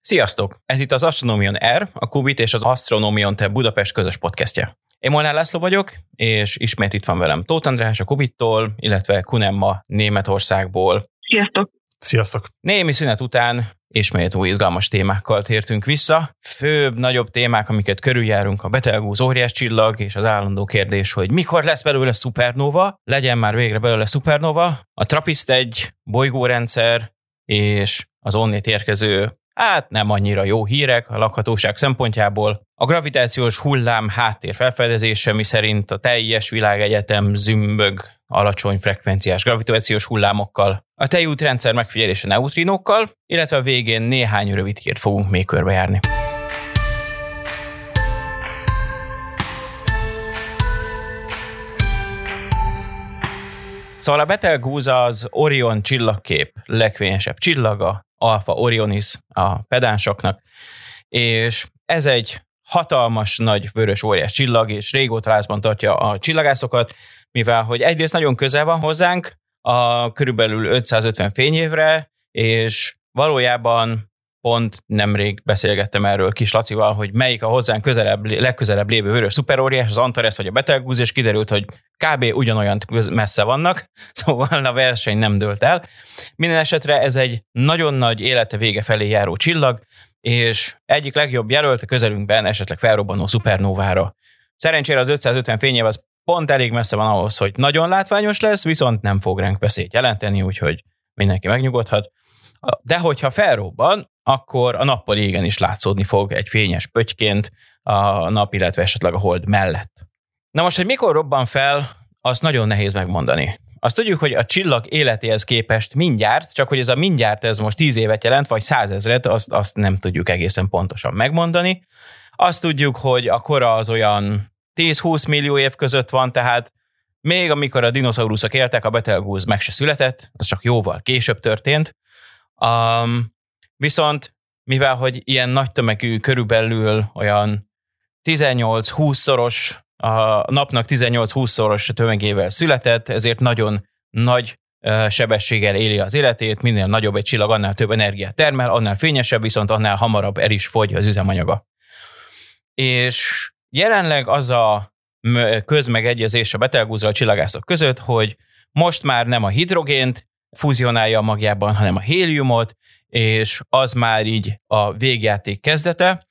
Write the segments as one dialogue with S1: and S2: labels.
S1: Sziasztok! Ez itt az Astronomion R, a Qubit és az Astronomion Te Budapest közös podcastja. Én Molnár László vagyok, és ismét itt van velem Tóth András a Qubittól, illetve Kunemma Németországból.
S2: Sziasztok!
S3: Sziasztok!
S1: Némi szünet után ismét új izgalmas témákkal tértünk vissza. Főbb, nagyobb témák, amiket körüljárunk, a Betelgeuse óriás csillag, és az állandó kérdés, hogy mikor lesz belőle szupernóva, legyen már végre belőle szupernóva, a TRAPPIST-1 bolygórendszer, és az onnét érkező, nem annyira jó hírek a lakhatóság szempontjából, a gravitációs hullám háttér felfedezése, miszerint a teljes világegyetem zümbög alacsony frekvenciás gravitációs hullámokkal, a tejútrendszer megfigyelése neutrinókkal, illetve a végén néhány rövid hírt fogunk még körbejárni. Szóval a Betelgeuse az Orion csillagkép legfényesebb csillaga, Alpha Orionis a pedánsoknak, és ez egy hatalmas, nagy vörös óriás csillag, és régóta lázban tartja a csillagászokat, mivel hogy egyrészt nagyon közel van hozzánk, körülbelül 550 fényévre, és valójában pont nemrég beszélgettem erről Kis Lacival, hogy melyik a hozzánk legközelebb lévő vörös szuperóriás, az Antares vagy a Betelgeuse, és kiderült, hogy kb. Ugyanolyan messze vannak, szóval a verseny nem dőlt el. Minden esetre ez egy nagyon nagy élete vége felé járó csillag, és egyik legjobb jelölt a közelünkben esetleg felrobbanó szupernóvára. Szerencsére az 550 fényév az pont elég messze van ahhoz, hogy nagyon látványos lesz, viszont nem fog ránk veszélyt jelenteni, úgyhogy mindenki megnyugodhat. De hogyha felrobban, akkor a nappali égen is látszódni fog egy fényes pöttyként a nap, illetve esetleg a hold mellett. Na most, hogy mikor robban fel, azt nagyon nehéz megmondani. Azt tudjuk, hogy a csillag életéhez képest mindjárt, csak hogy ez a mindjárt ez most 10 évet jelent, vagy 100 000, azt nem tudjuk egészen pontosan megmondani. Azt tudjuk, hogy a kora az olyan 10-20 millió év között van, tehát még amikor a dinoszauruszok éltek, a Betelgeuse meg se született, az csak jóval később történt. Viszont mivel, hogy ilyen nagy tömegű, körülbelül olyan 18-20-szoros, a napnak 18-20-szoros tömegével született, ezért nagyon nagy sebességgel éli az életét, minél nagyobb egy csillag, annál több energiát termel, annál fényesebb, viszont annál hamarabb el is fogy az üzemanyaga. És jelenleg az a közmegegyezés a Betelgeuse-ral a csillagászok között, hogy most már nem a hidrogént fúzionálja a magjában, hanem a héliumot, és az már így a végjáték kezdete.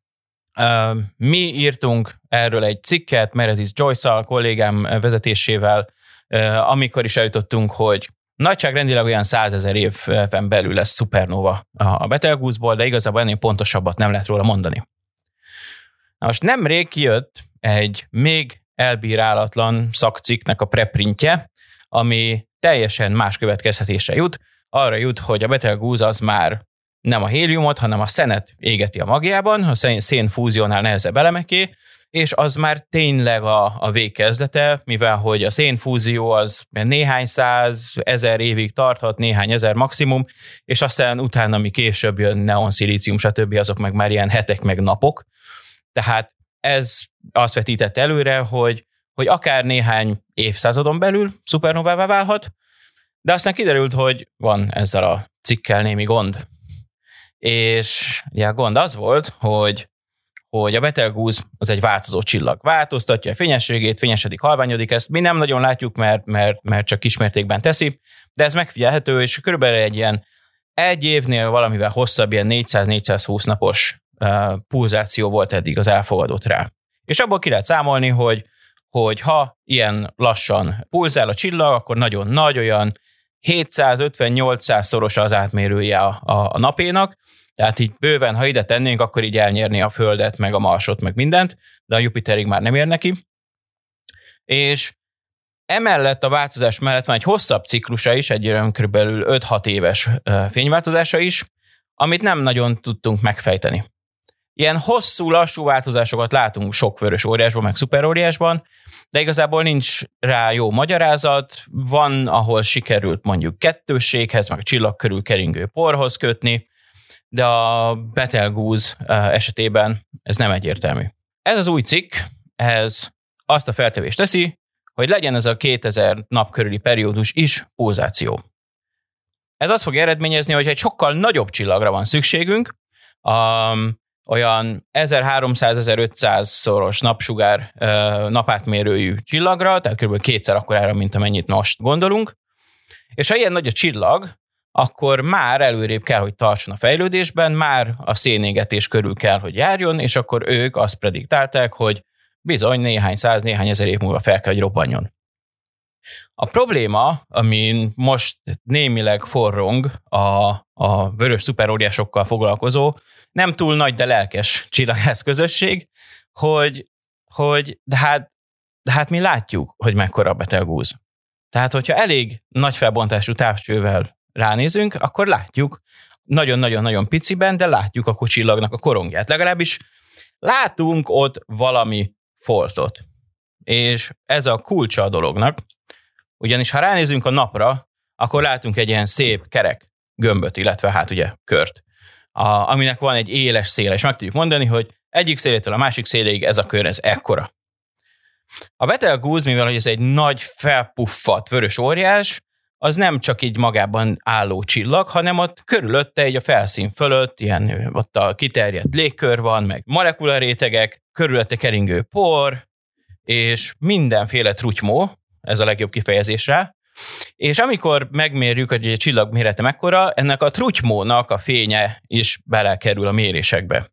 S1: Mi írtunk erről egy cikket Meredith Joyce-szal, kollégám vezetésével, amikor is eljutottunk, hogy nagyságrendileg olyan 100 000 éven belül lesz szupernóva a Betelgeuse-ból, de igazából ennél pontosabbat nem lehet róla mondani. Na most nemrég kijött egy még elbírálatlan szakcikknek a preprintje, ami teljesen más következtetésre jut. Arra jut, hogy a Betelgeuse az már nem a héliumot, hanem a szenet égeti a magjában, a szén fúzionál nehezebb elemeké, és az már tényleg a végkezdete, mivel hogy a szénfúzió az néhány 100 000 évig tarthat, néhány ezer maximum, és aztán utána, ami később jön, neon, szilícium, stb., azok meg már ilyen hetek meg napok. Tehát ez azt vetített előre, hogy akár néhány évszázadon belül szupernovává válhat, de aztán kiderült, hogy van ezzel a cikkel némi gond. És ugye a gond az volt, hogy a Betelgeuse az egy változó csillag. Változtatja a fényességét, fényesedik, halványodik, ezt mi nem nagyon látjuk, mert csak kismértékben teszi, de ez megfigyelhető, és körülbelül egy ilyen egy évnél valamivel hosszabb, ilyen 400-420 napos pulzáció volt eddig az elfogadott rá. És abból ki lehet számolni, hogy ha ilyen lassan pulzál a csillag, akkor nagyon nagy, olyan 750-800 szorosa az átmérője a napénak, tehát így bőven, ha ide tennénk, akkor így elnyerné a Földet, meg a Marsot, meg mindent, de a Jupiterig már nem ér neki. És emellett a változás mellett van egy hosszabb ciklusa is, egy olyan kb. 5-6 éves fényváltozása is, amit nem nagyon tudtunk megfejteni. Ilyen hosszú, lassú változásokat látunk sok vörös óriásban, meg szuperóriásban, de igazából nincs rá jó magyarázat, van, ahol sikerült mondjuk kettősséghez, meg a csillag körül keringő porhoz kötni, de a Betelgeuse esetében ez nem egyértelmű. Ez az új cikk, ez azt a feltevést teszi, hogy legyen ez a 2000 nap körüli periódus is pulzáció. Ez azt fog eredményezni, hogy egy sokkal nagyobb csillagra van szükségünk, olyan 1300-1500-szoros napsugár napátmérőjű csillagra, tehát kb. Kétszer akkorára, mint amennyit most gondolunk. És ha ilyen nagy a csillag, akkor már előrébb kell, hogy tartson a fejlődésben, már a szénégetés körül kell, hogy járjon, és akkor ők azt prediktálták, hogy bizony néhány száz, néhány ezer év múlva fel kell, hogy robbanjon. A probléma, amin most némileg forrong a vörös szuperóriásokkal foglalkozó, nem túl nagy, de lelkes csillagász közösség, hogy de hát mi látjuk, hogy mekkora a Betelgeuse. Tehát, hogyha elég nagy felbontású távcsővel ránézünk, akkor látjuk, nagyon-nagyon-nagyon piciben, de látjuk a csillagnak a korongját. Legalábbis látunk ott valami foltot. És ez a kulcsa a dolognak, ugyanis ha ránézünk a napra, akkor látunk egy ilyen szép kerek gömböt, illetve hát ugye kört, aminek van egy éles széle, és meg tudjuk mondani, hogy egyik szélétől a másik széléig ez a kör, ez ekkora. A Betelgeuse, mivel hogy ez egy nagy, felpuffadt vörös óriás, az nem csak így magában álló csillag, hanem ott körülötte, így a felszín fölött, ilyen ott a kiterjedt légkör van, meg molekularétegek, körülötte keringő por, és mindenféle trutymó, ez a legjobb kifejezés rá, és amikor megmérjük, hogy a csillag mérete mekkora, ennek a trutymónak a fénye is belekerül a mérésekbe.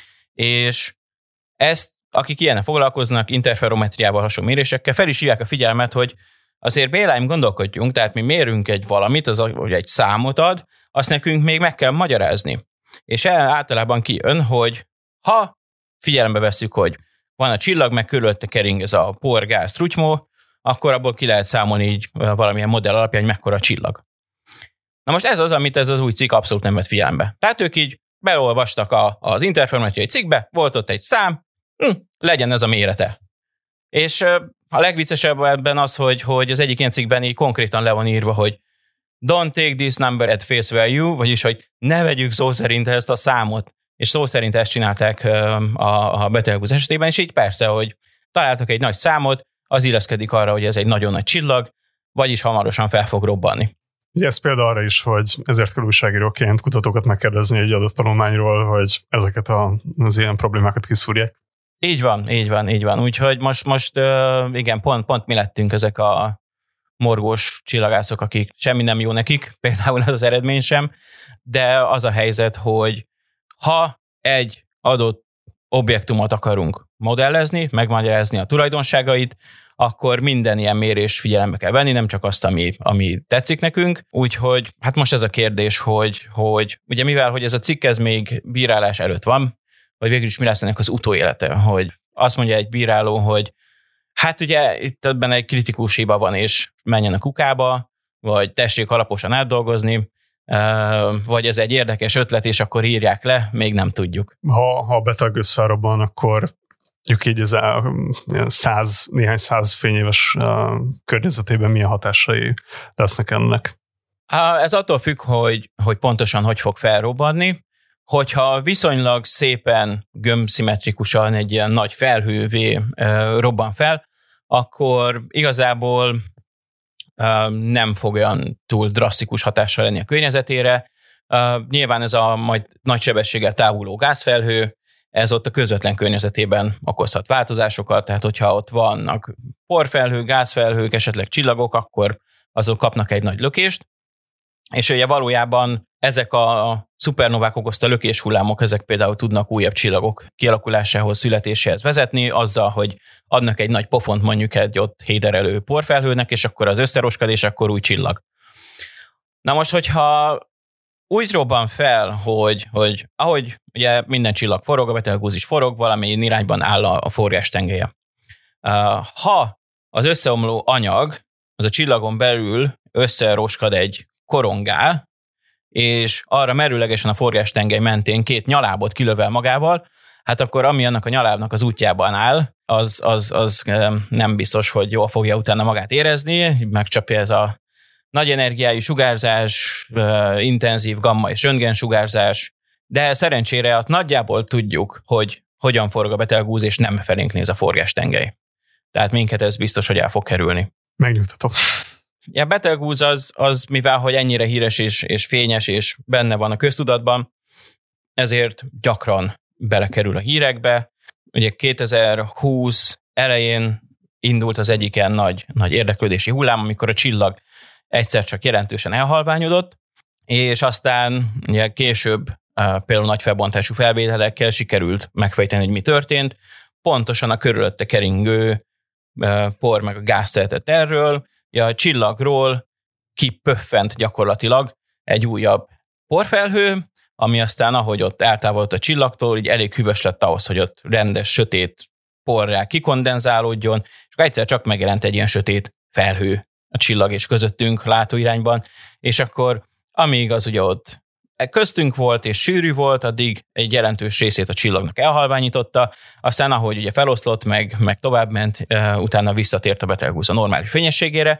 S1: És ezt, akik ilyennel foglalkoznak, interferometriával hasonló mérésekkel, fel is hívják a figyelmet, hogy azért Béláim gondolkodjunk, tehát mi mérünk egy valamit, vagy egy számot ad, azt nekünk még meg kell magyarázni. És általában kijön, hogy ha figyelembe vesszük, hogy van a csillag, meg körülötte kering ez a por, gáz, trutymó, akkor abból ki lehet számolni így valamilyen modell alapján, hogy mekkora a csillag. Na most ez az, amit ez az új cikk abszolút nem vett figyelembe. Tehát ők így beolvastak az interferometriai cikkbe, volt ott egy szám, legyen ez a mérete. És a legviccesebb ebben az, hogy az egyik ilyen cikkben így konkrétan le van írva, hogy don't take this number at face value, vagyis, hogy ne vegyük szó szerint ezt a számot. És szó szerint ezt csinálták a Betelgeuse esetében, és így persze, hogy találtak egy nagy számot, az illeszkedik arra, hogy ez egy nagyon nagy csillag, vagyis hamarosan fel fog robbanni.
S2: Ugye ez példa arra is, hogy ezért kell újságíróként kutatókat megkérdezni egy adott tanulmányról, hogy ezeket az ilyen problémákat kiszúrják.
S1: Így van. Úgyhogy most igen, pont mi lettünk ezek a morgós csillagászok, akik semmi nem jó nekik, például ez az eredmény sem, de az a helyzet, hogy ha egy adott objektumot akarunk modellezni, megmagyarázni a tulajdonságait, akkor minden ilyen mérés figyelembe kell venni, nem csak azt, ami tetszik nekünk. Úgyhogy hát most ez a kérdés, hogy ugye mivel, hogy ez a cikk ez még bírálás előtt van, vagy végül is mi lesz ennek az utóélete, hogy azt mondja egy bíráló, hogy hát ugye itt ebben egy kritikus hiba van, és menjen a kukába, vagy tessék alaposan átdolgozni, vagy ez egy érdekes ötlet, és akkor írják le, még nem tudjuk.
S2: Ha a Betelgeuse felrobban, akkor így ez néhány száz fényéves környezetében milyen hatásai lesznek ennek?
S1: Ez attól függ, hogy pontosan hogy fog felrobbanni. Hogyha viszonylag szépen gömbszimmetrikusan egy ilyen nagy felhővé robban fel, akkor igazából nem fog olyan túl drasztikus hatással lenni a környezetére. Nyilván ez a majd nagy sebességgel távuló gázfelhő, ez ott a közvetlen környezetében okozhat változásokat, tehát hogyha ott vannak porfelhő, gázfelhők, esetleg csillagok, akkor azok kapnak egy nagy lökést, és ugye valójában ezek a szupernovák okozta lökéshullámok, ezek például tudnak újabb csillagok kialakulásához, születéséhez vezetni, azzal, hogy adnak egy nagy pofont mondjuk egy ott héderelő porfelhőnek, és akkor az összeroskad, és akkor új csillag. Na most, hogyha úgy robban fel, hogy ahogy ugye minden csillag forog, a Betelgeuse is forog, valamilyen irányban áll a forgás tengelye. Ha az összeomló anyag, az a csillagon belül összeroskad egy korongál, és arra merőlegesen a forgástengely mentén két nyalábot kilövel magával, hát akkor ami annak a nyalábnak az útjában áll, az nem biztos, hogy jól fogja utána magát érezni, megcsapja ez a nagy energiájú sugárzás, intenzív gamma és röntgen sugárzás, de szerencsére azt nagyjából tudjuk, hogy hogyan forog a Betelgeuse, és nem felénk néz a forgástengely. Tehát minket ez biztos, hogy el fog kerülni.
S2: Megnyugtató.
S1: A Betelgeuse az, mivel hogy ennyire híres és fényes, és benne van a köztudatban, ezért gyakran belekerül a hírekbe. Ugye 2020 elején indult az egyik ilyen nagy érdeklődési hullám, amikor a csillag egyszer csak jelentősen elhalványodott, és aztán ugye később például nagy felbontású felvételekkel sikerült megfejteni, hogy mi történt. Pontosan a körülötte keringő por meg a gáz tehetett erről. Ugye a csillagról kipöffent gyakorlatilag egy újabb porfelhő, ami aztán, ahogy ott eltávolodott a csillagtól, így elég hűvös lett ahhoz, hogy ott rendes, sötét porrá kikondenzálódjon, és akkor egyszer csak megjelent egy ilyen sötét felhő a csillag és közöttünk látóirányban, és akkor amíg az ugye ott köztünk volt és sűrű volt, addig egy jelentős részét a csillagnak elhalványította, aztán ahogy ugye feloszlott, meg továbbment, utána visszatért a betelgúz a normális fényességére,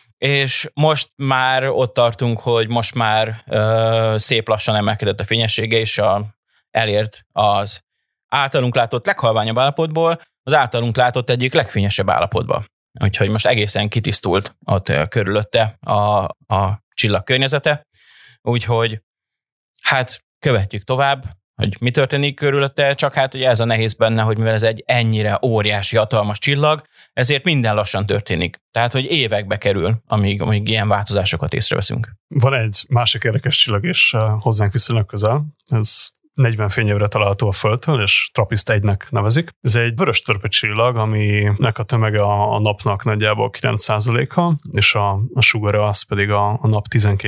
S1: és most már ott tartunk, hogy most már szép lassan emelkedett a fényessége, és elért az általunk látott leghalványabb állapotból az általunk látott egyik legfényesebb állapotba. Úgyhogy most egészen kitisztult ott körülötte a csillag környezete, úgyhogy hát követjük tovább, hogy mi történik körülötte, csak hát ugye ez a nehéz benne, hogy mivel ez egy ennyire óriási, hatalmas csillag, ezért minden lassan történik. Tehát, hogy évekbe kerül, amíg ilyen változásokat észreveszünk.
S2: Van egy másik érdekes csillag is hozzánk viszonylag közel, ez 40 fényévre található a Földtől, és TRAPPIST-1-nek nevezik. Ez egy vörös törpe csillag, aminek a tömege a napnak nagyjából 9%-a, és a sugara az pedig a nap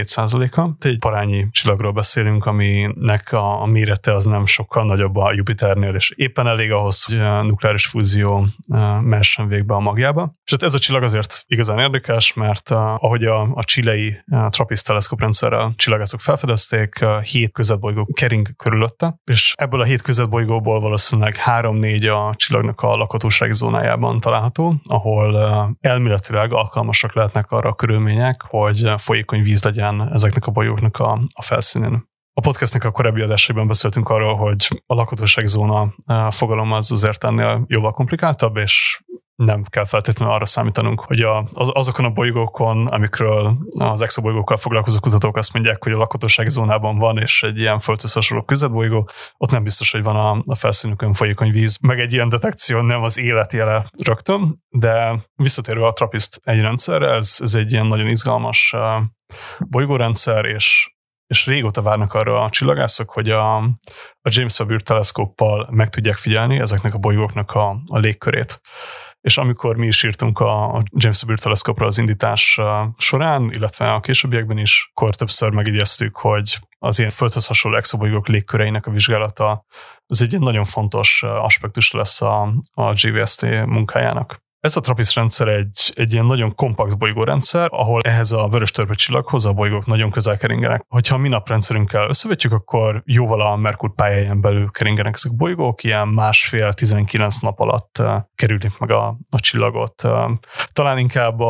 S2: 12%-a. Egy parányi csillagról beszélünk, aminek a mérete az nem sokkal nagyobb a Jupiternél, és éppen elég ahhoz, hogy a nukleáris fúzió mehessen végbe a magjába. És hát ez a csillag azért igazán érdekes, mert ahogy a chilei TRAPPIST teleszkoprendszerrel csillagászok felfedezték, 7 közelbolygó kering körülött, és ebből a 7 közelbolygóból valószínűleg 3-4 a csillagnak a lakhatósági zónájában található, ahol elméletileg alkalmasak lehetnek arra a körülmények, hogy folyékony víz legyen ezeknek a bolygóknak a felszínén. A podcastnek a korábbi adásaiban beszéltünk arról, hogy a lakhatósági zóna fogalom az azért ennél jóval komplikáltabb, és nem kell feltétlenül arra számítanunk, hogy azokon a bolygókon, amikről az exobolygókkal foglalkozó kutatók azt mondják, hogy a lakhatósági zónában van, és egy ilyen Földhöz hasonló közelbolygó, ott nem biztos, hogy van a felszínükön folyékony víz, meg egy ilyen detekció nem az életjele rögtön, de visszatérve a TRAPPIST-1 rendszerre, ez egy ilyen nagyon izgalmas bolygórendszer, és régóta várnak arra a csillagászok, hogy a James Webb űrteleszkóppal meg tudják figyelni ezeknek a bolygóknak a légkörét. És amikor mi is írtunk a James Webb űrteleszkópra az indítás során, illetve a későbbiekben is, akkor többször megígyeztük, hogy az ilyen Földhöz hasonló exobolygók légköreinek a vizsgálata az egy nagyon fontos aspektus lesz a JWST munkájának. Ez a TRAPPIST rendszer egy ilyen nagyon kompakt bolygórendszer, ahol ehhez a vörös törpe csillaghoz a bolygók nagyon közel keringenek. Hogyha a mi naprendszerünkkel összevetjük, akkor jóval a Merkur pályáján belül keringenek ezek a bolygók, ilyen 1,5-19 nap alatt kerülik meg a csillagot. Talán inkább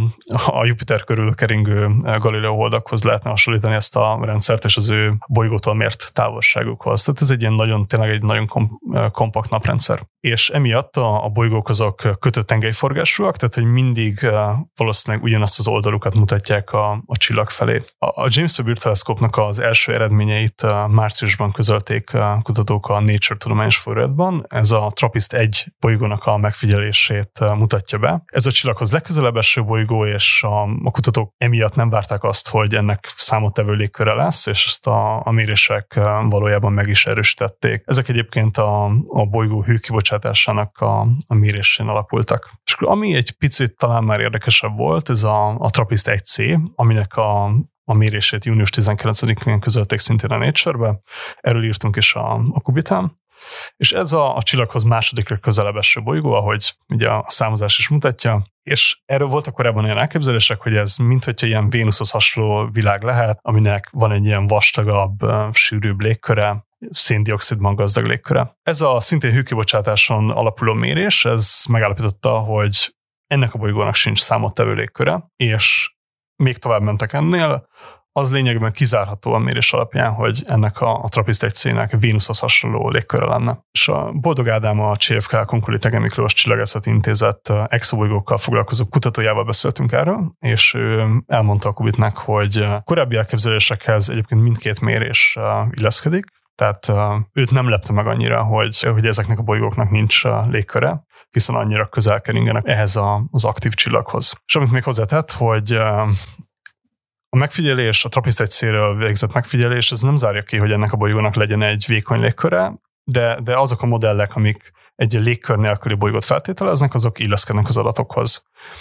S2: a Jupiter körül keringő Galileo holdakhoz lehetne hasonlítani ezt a rendszert, és az ő bolygótól mért távolságukhoz. Tehát ez tényleg egy nagyon kompakt naprendszer. És emiatt a bolygók azok kötött tengelyforgásúak, tehát hogy mindig valószínűleg ugyanazt az oldalukat mutatják a csillag felé. A James Webb űrteleszkópnak az első eredményeit márciusban közölték kutatók a Nature tudományos folyóiratban. Ez a TRAPPIST-1 bolygónak a megfigyelését mutatja be. Ez a csillaghoz legközelebb eső bolygó, és a kutatók emiatt nem várták azt, hogy ennek számottevő légköre lesz, és ezt a mérések valójában meg is erősítették. Ezek egyébként a bolygó hőkibocsátásának a mérésén alapultak. És ami egy picit talán már érdekesebb volt, ez a TRAPPIST-1C, aminek a mérését június 19-én közölték szintén a Nature-be. Erről írtunk is a Kubitán. És ez a csillaghoz másodikra közelebb eső bolygó, ahogy ugye a számozás is mutatja, és erről voltak korábban olyan elképzelések, hogy ez minthogyha ilyen Vénuszhoz hasonló világ lehet, aminek van egy ilyen vastagabb, sűrűbb légköre, széndioxidban gazdag légköre. Ez a szintén hőkibocsátáson alapuló mérés, ez megállapította, hogy ennek a bolygónak sincs számottevő légköre, és még tovább mentek ennél, az lényegben kizárható a mérés alapján, hogy ennek a TRAPPIST-1C-nek Vénuszhoz hasonló légköre lenne. És a Boldog Ádám, a CFK Konkoly Tegem Miklós Csillagászati Intézet exobolygókkal foglalkozó kutatójával beszéltünk erről, és ő elmondta a Kubitnek, hogy korábbi elképzelésekhez egyébként mindkét mérés illeszkedik, Tehát őt nem lepte meg annyira, hogy ezeknek a bolygóknak nincs légköre, hiszen annyira közel keringenek ehhez az aktív csillaghoz. És amit még hozzátett, hogy a megfigyelés, a TRAPPIST 1C-ről végzett megfigyelés, ez nem zárja ki, hogy ennek a bolygónak legyen egy vékony légköre, de azok a modellek, amik egy légkör nélküli bolygót feltételeznek, azok illeszkednek az adatokhoz.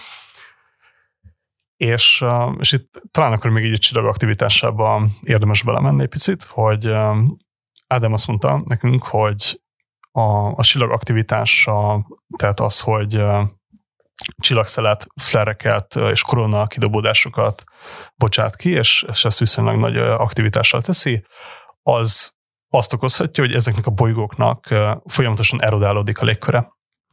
S2: És itt talán akkor még így a csillag aktivitásába érdemes belemenni egy picit, hogy Ádám azt mondta nekünk, hogy a csillag aktivitása, tehát az, hogy csillagszelet, flereket és korona kidobódásokat bocsát ki, és ezt viszonylag nagy aktivitással teszi, az azt okozhatja, hogy ezeknek a bolygóknak folyamatosan erodálódik a légköre.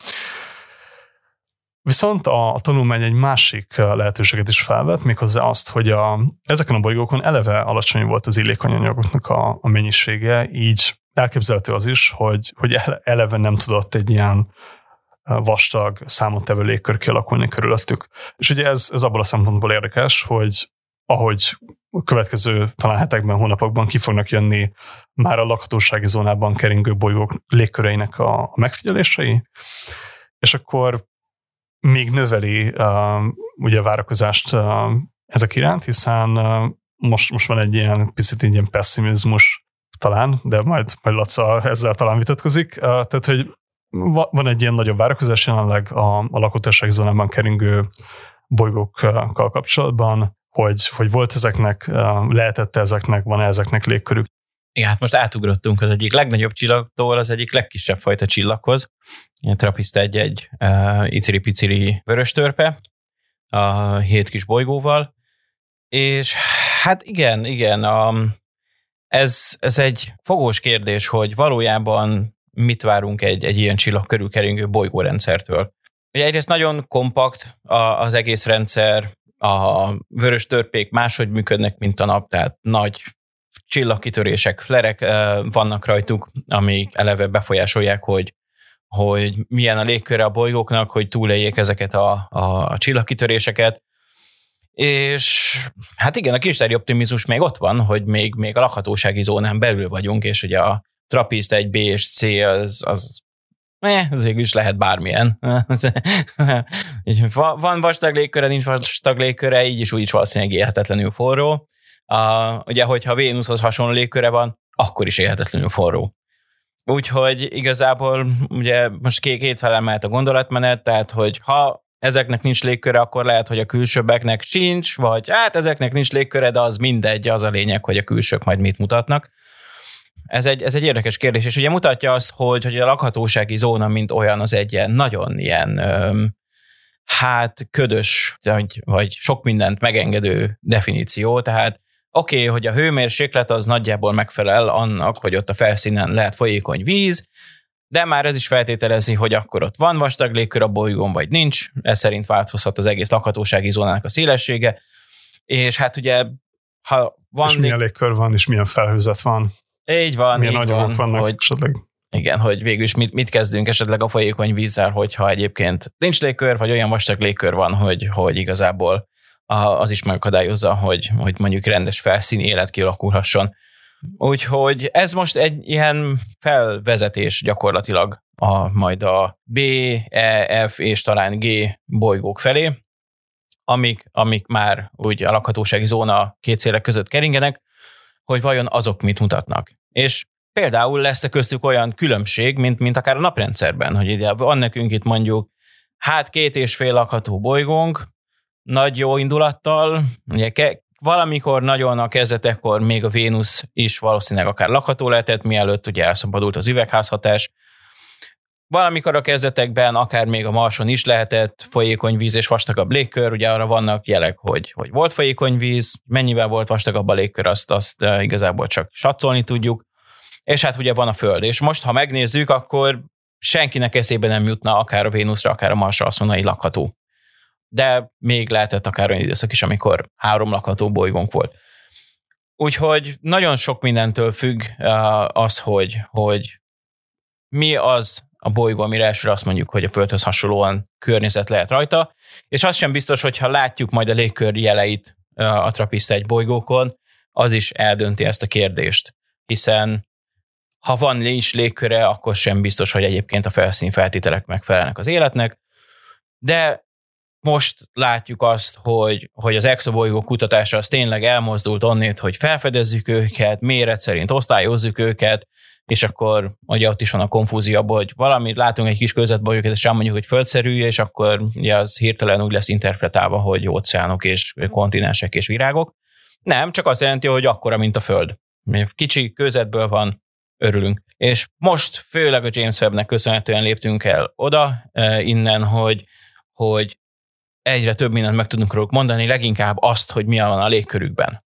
S2: Viszont a tanulmány egy másik lehetőséget is felvet, méghozzá azt, hogy ezeken a bolygókon eleve alacsony volt az illékony anyagoknak a mennyisége, így elképzelhető az is, hogy eleve nem tudott egy ilyen vastag, számottevő légkör kialakulni körülöttük. És ugye ez abból a szempontból érdekes, hogy ahogy a következő talán hetekben, hónapokban ki fognak jönni már a lakhatósági zónában keringő bolygók légköreinek a megfigyelései, és akkor még növeli ugye a várakozást ezek iránt, hiszen most van egy ilyen picit ilyen pessimizmus talán, de majd Laca ezzel talán vitatkozik. Tehát, hogy van egy ilyen nagyobb várakozás jelenleg a lakhatósági zónában keringő bolygókkal kapcsolatban, hogy volt ezeknek, lehetett ezeknek, van ezeknek légkörük.
S1: Igen, hát most átugrottunk az egyik legnagyobb csillagtól az egyik legkisebb fajta csillaghoz. A TRAPPIST egy iciri-piciri vöröstörpe, a 7 kis bolygóval, és hát igen, ez egy fogós kérdés, hogy valójában mit várunk egy ilyen csillag körül keringő bolygórendszertől. Ugye egyrészt nagyon kompakt az egész rendszer, a vöröstörpék máshogy működnek, mint a nap, tehát nagy csillagkitörések, flerek vannak rajtuk, amik eleve befolyásolják, hogy milyen a légköre a bolygóknak, hogy túléljék ezeket a csillagkitöréseket. És hát igen, a kislári optimizmus még ott van, hogy még a lakhatósági zónán belül vagyunk, és ugye a TRAPPIST 1B és C az végül is lehet bármilyen. Van vastag légköre, nincs vastag légköre, így is úgy is valószínűleg élhetetlenül forró. Ugye, hogyha Vénuszhoz hasonló légköre van, akkor is élhetetlenül forró. Úgyhogy igazából ugye most két fele mehet a gondolatmenet, tehát hogy ha ezeknek nincs légköre, akkor lehet, hogy a külsőbbeknek sincs, vagy hát ezeknek nincs légköre, de az mindegy, az a lényeg, hogy a külsők majd mit mutatnak. Ez egy érdekes kérdés, és ugye mutatja azt, hogy a lakhatósági zóna, mint olyan, az egy ilyen nagyon ilyen ködös, vagy sok mindent megengedő definíció, tehát oké, hogy a hőmérséklet az nagyjából megfelel annak, hogy ott a felszínen lehet folyékony víz, de már ez is feltételezi, hogy akkor ott van vastag légkör a bolygón, vagy nincs, ez szerint változhat az egész lakhatósági zónának a szélessége, és hát ugye, ha van...
S2: És milyen légkör van, és milyen felhőzet van.
S1: Így van,
S2: milyen
S1: így
S2: anyagok
S1: van,
S2: vannak
S1: hogy,
S2: esetleg.
S1: Igen, hogy végül is mit kezdünk esetleg a folyékony vízzel, hogyha egyébként nincs légkör, vagy olyan vastag légkör van, hogy igazából az is megakadályozza, hogy mondjuk rendes felszíni élet kialakulhasson. Úgyhogy ez most egy ilyen felvezetés gyakorlatilag majd a B, E, F és talán G bolygók felé, amik már úgy a lakhatósági zóna két szélek között keringenek, hogy vajon azok mit mutatnak. És például lesz köztük olyan különbség, mint akár a naprendszerben, hogy ide van nekünk itt mondjuk 2,5 lakható bolygónk, nagy jó indulattal, ugye valamikor nagyon a kezdetekkor még a Vénusz is valószínűleg akár lakható lehetett, mielőtt ugye elszabadult az üvegházhatás. Valamikor a kezdetekben akár még a Marson is lehetett folyékony víz és vastagabb légkör, ugye arra vannak jelek, hogy volt folyékony víz, mennyivel volt vastagabb a légkör, azt igazából csak satszolni tudjuk, és hát ugye van a Föld, és most ha megnézzük, akkor senkinek eszébe nem jutna akár a Vénuszra, akár a Marsra azt mondani, hogy lakható. De még lehetett akár olyan időszak is, amikor 3 lakható bolygónk volt. Úgyhogy nagyon sok mindentől függ az, hogy mi az a bolygó, amire elsőre azt mondjuk, hogy a Földhöz hasonlóan környezet lehet rajta, és az sem biztos, hogyha látjuk majd a légkör jeleit a TRAPPIST 1 bolygókon, az is eldönti ezt a kérdést, hiszen ha van is légköre, akkor sem biztos, hogy egyébként a felszíni feltételek megfelelnek az életnek. De most látjuk azt, hogy az exobolygó kutatása az tényleg elmozdult onnét, hogy felfedezzük őket, méret szerint osztályozzuk őket, és akkor ugye ott is van a konfúzió abban, hogy valamit látunk egy kis körzetbolygót, és mondjuk, hogy földszerű, és akkor ugye az hirtelen úgy lesz interpretálva, hogy óceánok és kontinensek és virágok. Nem, csak azt jelenti, hogy akkora, mint a Föld. Kicsi körzetből van, örülünk. És most főleg a James Webb-nek köszönhetően léptünk el oda innen, hogy egyre több mindent meg tudunk róluk mondani, leginkább azt, hogy mi van a légkörükben.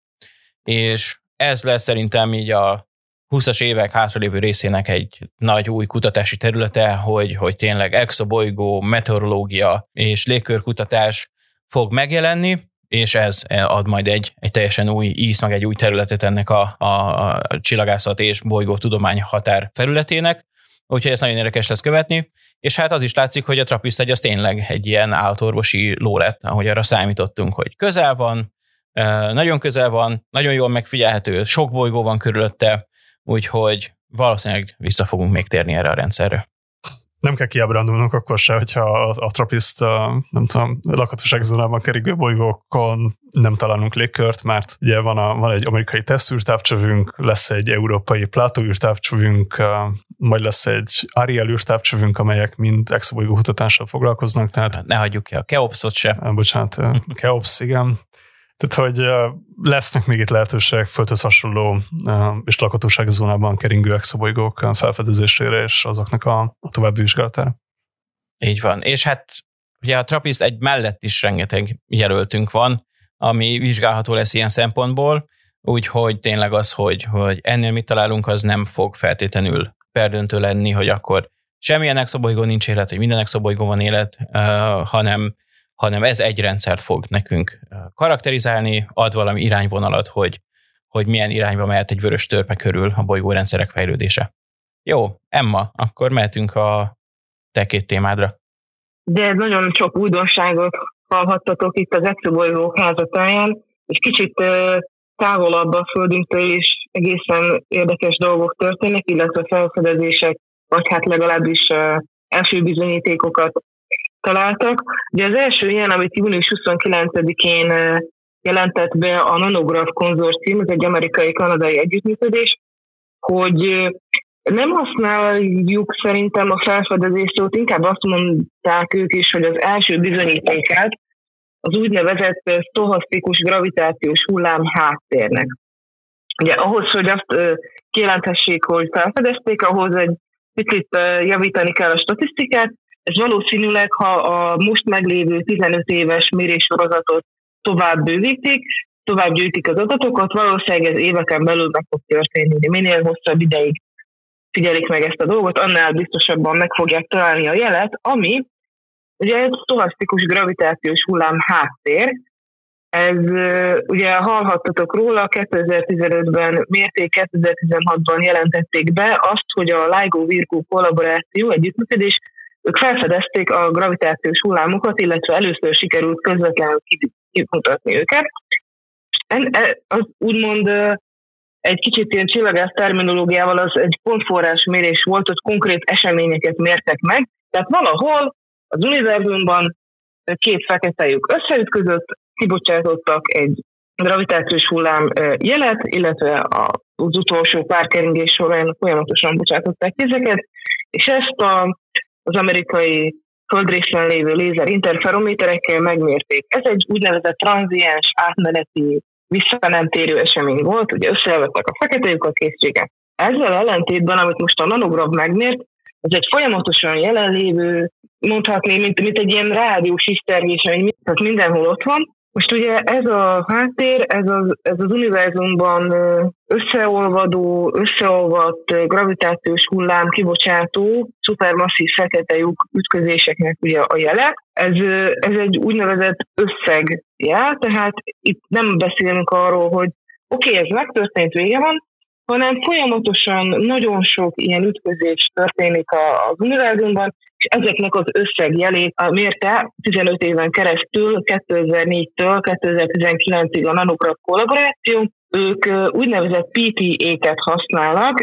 S1: És ez lesz szerintem így a 20-as évek hátralévő részének egy nagy új kutatási területe, hogy tényleg exobolygó, meteorológia és légkörkutatás fog megjelenni, és ez ad majd egy teljesen új íz, meg egy új területet ennek a csillagászat és bolygótudomány határ felületének, úgyhogy ez nagyon érdekes lesz követni, és hát az is látszik, hogy a TRAPPIST-1 az tényleg egy ilyen állatorvosi ló lett, ahogy arra számítottunk, hogy közel van, nagyon közel van, nagyon jól megfigyelhető, sok bolygó van körülötte, úgyhogy valószínűleg vissza fogunk még térni erre a rendszerre.
S2: Nem kell kiábrándulnunk akkor se, hogyha a TRAPPIST, nem tudom, lakhatósági zónában keringő bolygókon nem találunk légkört, mert ugye van egy amerikai TESS-űrtávcsövünk, lesz egy európai Plato-űrtávcsövünk, majd lesz egy Ariel űrtávcsövünk, amelyek mind exobolygó kutatással foglalkoznak. Tehát
S1: ne hagyjuk ki a Keopsot se.
S2: Bocsánat, Keops, igen. Tehát, hogy lesznek még itt lehetőségek földhöz hasonló és lakhatósági zónában keringő exobolygók felfedezésére és azoknak a további vizsgálatára.
S1: Így van. És hát ugye a TRAPPIST-1 mellett is rengeteg jelöltünk van, ami vizsgálható lesz ilyen szempontból, úgyhogy tényleg az, hogy ennél mit találunk, az nem fog feltétlenül perdöntő lenni, hogy akkor semmilyen exobolygón nincs élet, vagy minden exobolygón van élet, hanem ez egy rendszert fog nekünk karakterizálni, ad valami irányvonalat, hogy milyen irányba mehet egy vörös törpe körül a bolygórendszerek fejlődése. Jó, Emma, akkor mehetünk a te két témádra.
S3: De nagyon sok újdonságot hallhattatok itt az exobolygók házatáján, és kicsit távolabb a Földünktől is egészen érdekes dolgok történnek, illetve felfedezések, vagy hát legalábbis első bizonyítékokat találtak. Ugye az első ilyen, amit június 29-én jelentett be a Nanograph konzorcium, ez egy amerikai-kanadai együttműködés, hogy nem használjuk szerintem a felfedezést szót, inkább azt mondták ők is, hogy az első bizonyítékát az úgynevezett sztochasztikus gravitációs hullám háttérnek. Ugye ahhoz, hogy azt kijelenthessék, hogy felfedezték, ahhoz egy picit javítani kell a statisztikát. Ez valószínűleg, ha a most meglévő 15 éves méréssorozatot tovább bővítik, tovább gyűjtik az adatokat, valószínűleg ez éveken belül meg fog történni. De minél hosszabb ideig figyelik meg ezt a dolgot, annál biztosabban meg fogják találni a jelet, ami ugye egy sztochasztikus gravitációs hullám háttér. Ez ugye hallhattatok róla, 2015-ben mérték, 2016-ban jelentették be azt, hogy a LIGO-Virgo kollaboráció együttműködés, ők felfedezték a gravitációs hullámokat, illetve először sikerült közvetlenül kimutatni őket. Az úgymond egy kicsit ilyen csillagász terminológiával az egy pontforrás mérés volt, ott konkrét eseményeket mértek meg, tehát valahol az univerzumban két fekete lyuk összeütközött, kibocsátottak egy gravitációs hullám jelet, illetve az utolsó pár keringés során folyamatosan bocsátották ezeket, és ezt az amerikai földrészen lévő lézer interferométerekkel megmérték. Ez egy úgynevezett tranziens, átmeneti, visszanemtérő esemény volt, ugye összevettek a fekete lyukak készséget. Ezzel ellentétben, amit most a Nanograph megmért, ez egy folyamatosan jelenlévő, mondhatni, mint egy ilyen rádiós isztergés, ami mindenhol ott van. Most ugye ez a háttér, ez az univerzumban összeolvadt gravitációs hullám kibocsátó, szupermasszív fekete lyuk ütközéseknek ugye a jele. Ez egy úgynevezett összegjel, tehát itt nem beszélünk arról, hogy oké, ez megtörtént, vége van, hanem folyamatosan nagyon sok ilyen ütközés történik az univerzumban, és ezeknek az összegjelét mérte 15 éven keresztül, 2004-től 2019-ig a Nanograph kollaboráció. Ők úgynevezett PTA-ket használnak,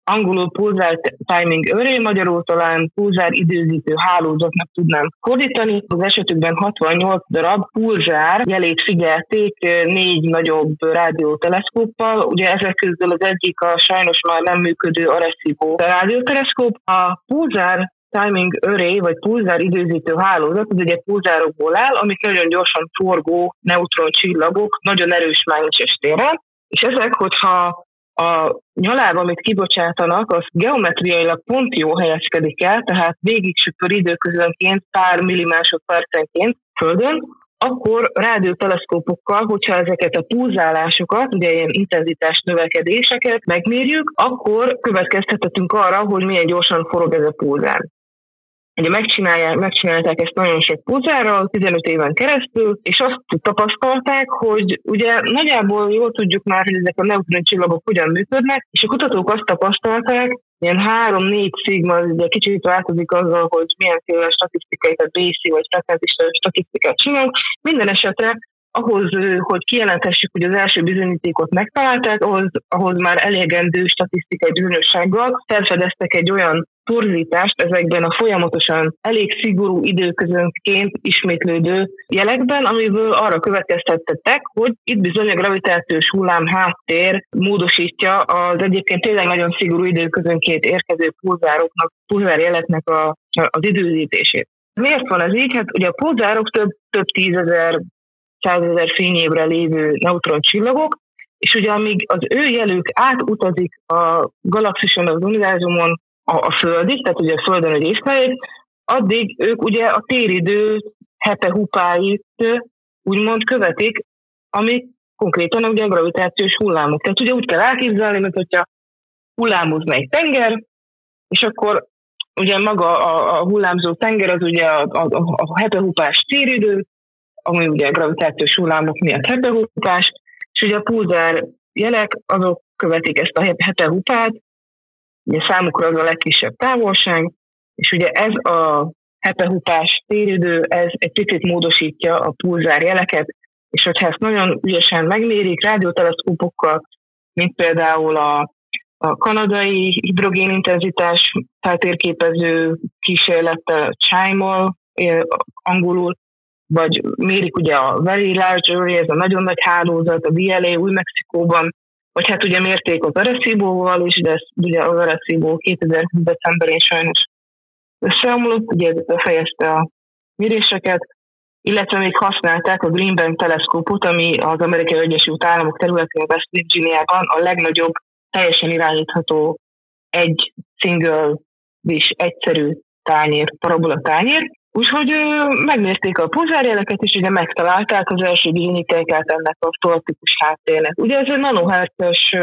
S3: angolul pulsar timing array, magyarul talán pulzár időzítő hálózatnak tudnám fordítani. Az esetükben 68 darab pulzár jelét figyelték 4 nagyobb rádióteleszkóppal. Ugye ezek közül az egyik a sajnos már nem működő Arecibo rádióteleszkóp. A pulzár timing array, vagy pulzár időzítő hálózat, az ugye pulzárokból áll, amik nagyon gyorsan forgó neutroncsillagok, nagyon erős mágneses térrel, és ezek, hogyha a nyaláb, amit kibocsátanak, az geometriailag pont jó helyezkedik el, tehát végig süppör időközönként, pár millimásodpercenként Földön, akkor rádióteleszkópokkal, hogyha ezeket a pulzálásokat, ugye ilyen intenzitás növekedéseket megmérjük, akkor következtethetünk arra, hogy milyen gyorsan forog ez a pulzár. Ugye megcsinálták ezt nagyon sok pulzárral, 15 éven keresztül, és azt tapasztalták, hogy ugye nagyjából jól tudjuk már, hogy ezek a neutroncsillagok hogyan működnek, és a kutatók azt tapasztalták, ilyen 3-4 szigma, ugye kicsit változik azzal, hogy milyenféle statisztikai, tehát BC vagy frekvencia statisztikát csinál. Minden esetre ahhoz, hogy kijelenthessük, hogy az első bizonyítékot megtalálták, ahhoz már elegendő statisztikai bizonyossággal felfedeztek egy olyan torzítást ezekben a folyamatosan elég szigorú időközönként ismétlődő jelekben, amiből arra következtettek, hogy itt bizony a gravitációs hullám háttér módosítja az egyébként tényleg nagyon szigorú időközönként érkező pulzárjeleknek az időzítését. Miért van ez így? Hát ugye a pulzárok több 10.000, 100.000 fényévre lévő neutroncsillagok, és ugye amíg az ő jelük átutazik a galaxison, az univerzumon, a Földig, tehát ugye a Földön egy észlelét, addig ők ugye a téridő hepehupáit úgymond követik, ami konkrétan ugye a gravitációs hullámok. Tehát ugye úgy kell elképzelni, mint hogyha hullámozna egy tenger, és akkor ugye maga a hullámzó tenger az ugye a hepehupás téridő, ami ugye a gravitációs hullámok miatt hepehupás, és ugye a pulzár jelek azok követik ezt a hepehupát, ugye számukra az a legkisebb távolság, és ugye ez a hepehupás téridő, ez egy picit módosítja a pulzár jeleket, és hogyha ezt nagyon ügyesen megmérik rádióteleszkópokkal, mint például a kanadai hidrogénintenzitás feltérképező kísérlettel, CHIME-mal angolul, vagy mérik ugye a Very Large Array, ez a nagyon nagy hálózat, a VLA Új-Mexikóban, vagy hát ugye mérték az Arecibo-val is, de ugye az Arecibo 2020 decemberén sajnos összeomlott, ugye ez befejezte a méréseket, illetve még használták a Green Bank teleszkópot, ami az Amerikai Egyesült Államok területén West Virginiában a legnagyobb, teljesen irányítható egy single és egyszerű tányér, parabola tányér. Úgyhogy megmérték a pulzárjeleket, és ugye megtalálták az első bizonyítékát ennek a szolatikus háttérnek. Ugye ez egy nanohertzes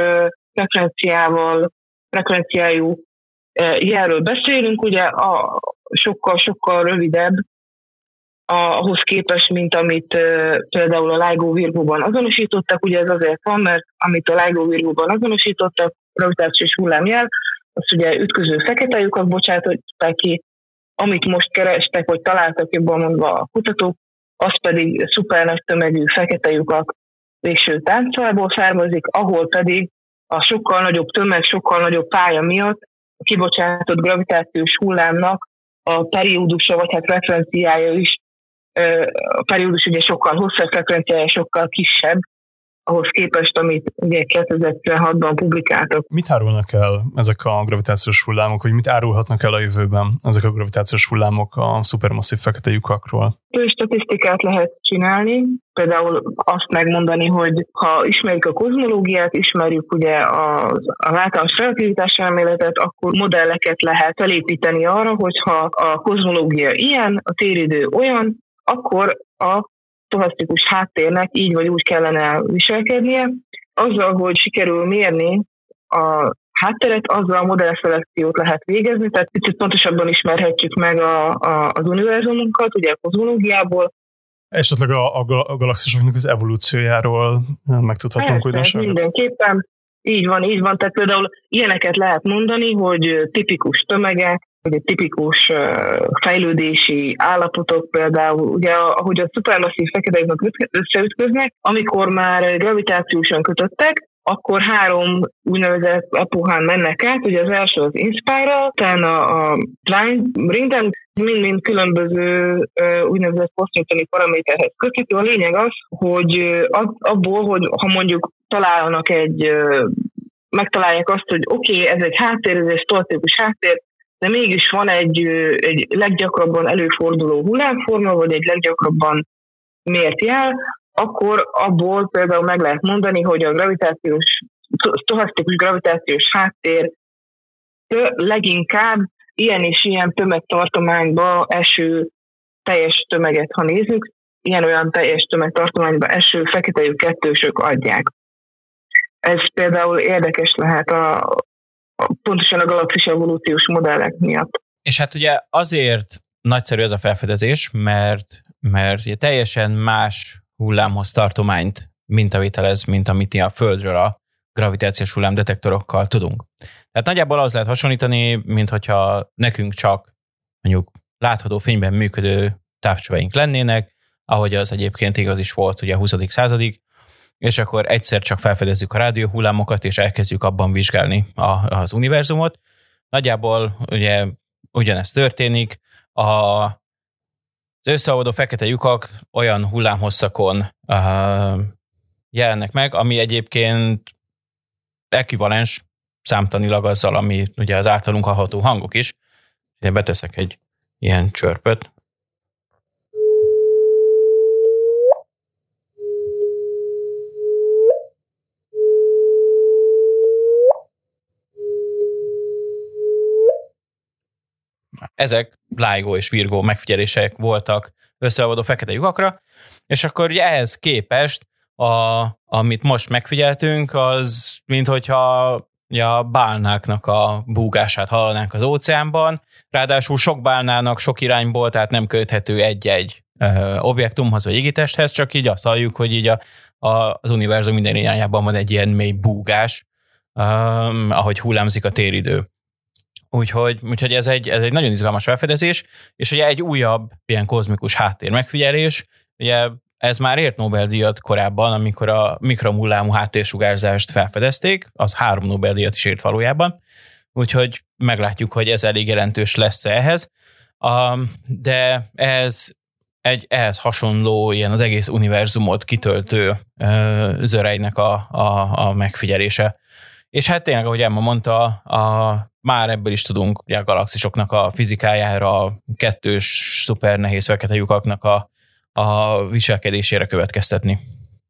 S3: frekvenciájú jelről beszélünk, ugye a sokkal rövidebb ahhoz képest, mint amit például a LIGO Virgo-ban azonosítottak. Ugye ez azért van, mert amit a LIGO Virgo-ban azonosítottak, gravitációs hullámjel, azt ugye ütköző fekete lyukat bocsátották ki, amit most kerestek, vagy találtak jobban mondva a kutatók, az pedig szuper nagy tömegű fekete lyukak végső táncából származik, ahol pedig a sokkal nagyobb tömeg, sokkal nagyobb pálya miatt a kibocsátott gravitációs hullámnak a periódusa, vagy hát frekvenciája is, a periódus ugye sokkal hosszabb, frekvenciája sokkal kisebb, ahhoz képest, amit ugye 2016-ban publikáltak.
S2: Mit árulnak el ezek a gravitációs hullámok, vagy mit árulhatnak el a jövőben ezek a gravitációs hullámok a szupermasszív fekete lyukakról?
S3: Statisztikát lehet csinálni, például azt megmondani, hogy ha ismerjük a kozmológiát, ismerjük ugye az általános relativitás elméletet, akkor modelleket lehet felépíteni arra, hogyha a kozmológia ilyen, a téridő olyan, akkor a stochasztikus háttérnek így vagy úgy kellene viselkednie. Azzal, hogy sikerül mérni a hátteret, azzal modellszelekciót lehet végezni, tehát picit pontosabban ismerhetjük meg az univerzumunkat, ugye a kozmológiából.
S2: Esetleg a galaxisoknak az evolúciójáról megtudhatunk újdonságot?
S3: Mindenképpen. Így van. Tehát például ilyeneket lehet mondani, hogy tipikus tömegek, vagy egy tipikus fejlődési állapotok, például ugye ahogy a szupermasszív fekete lyukak összeütköznek, amikor már gravitációsan kötöttek, akkor 3 úgynevezett epochán mennek át, ugye az első az Inspire, utána a Brinden, mind mind úgynevezett posztmódtani paraméterhez köthető. A lényeg az, hogy abból, hogy ha mondjuk megtalálják azt, hogy oké, ez egy háttér, ez egy stoltípus háttér, de mégis van egy leggyakrabban előforduló hullámforma, vagy egy leggyakrabban mért jel, akkor abból például meg lehet mondani, hogy a sztochasztikus gravitációs háttér leginkább ilyen és ilyen tömegtartományba eső teljes tömeget, ha nézzük, ilyen-olyan teljes tömegtartományba eső fekete lyuk kettősök adják. Ez például érdekes lehet pontosan a galaxis evolúciós modellek miatt.
S1: És hát ugye azért nagyszerű ez a felfedezés, mert ugye teljesen más hullámhoz tartományt mintavételez, mint amit a Földről a gravitációs hullámdetektorokkal tudunk. Tehát nagyjából az lehet hasonlítani, mint hogyha nekünk csak mondjuk látható fényben működő távcsöveink lennének, ahogy az egyébként igaz is volt ugye a 20. századig, és akkor egyszer csak felfedezzük a rádióhullámokat, és elkezdjük abban vizsgálni az univerzumot. Nagyjából ugye ugyanezt történik. Az összeolvadó fekete lyukak olyan hullámhosszakon jelennek meg, ami egyébként ekvivalens számtanilag azzal, ami ugye az általunk hallható hangok is. Én beteszek egy ilyen csörpöt. Ezek LIGO és Virgo megfigyelések voltak összeolvadó fekete lyukakra, és akkor ugye ehhez képest amit most megfigyeltünk, az minthogyha a bálnáknak a búgását hallanánk az óceánban, ráadásul sok bálnának sok irányból, tehát nem köthető egy-egy objektumhoz vagy égitesthez, csak így azt halljuk, hogy így az univerzum minden irányában van egy ilyen mély búgás, ahogy hullámzik a téridő. Úgyhogy ez egy nagyon izgalmas felfedezés, és ugye egy újabb ilyen kozmikus háttér megfigyelés, ugye ez már ért Nobel-díjat korábban, amikor a mikrohullámú háttérsugárzást felfedezték, az 3 Nobel-díjat is ért valójában, úgyhogy meglátjuk, hogy ez elég jelentős lesz ehhez, de ez egy ehhez hasonló, ilyen az egész univerzumot kitöltő zörejnek a megfigyelése. És hát tényleg, ahogy Emma mondta, már ebből is tudunk ugye a galaxisoknak a fizikájára, a kettős szuper nehéz fekete lyukaknak a viselkedésére következtetni.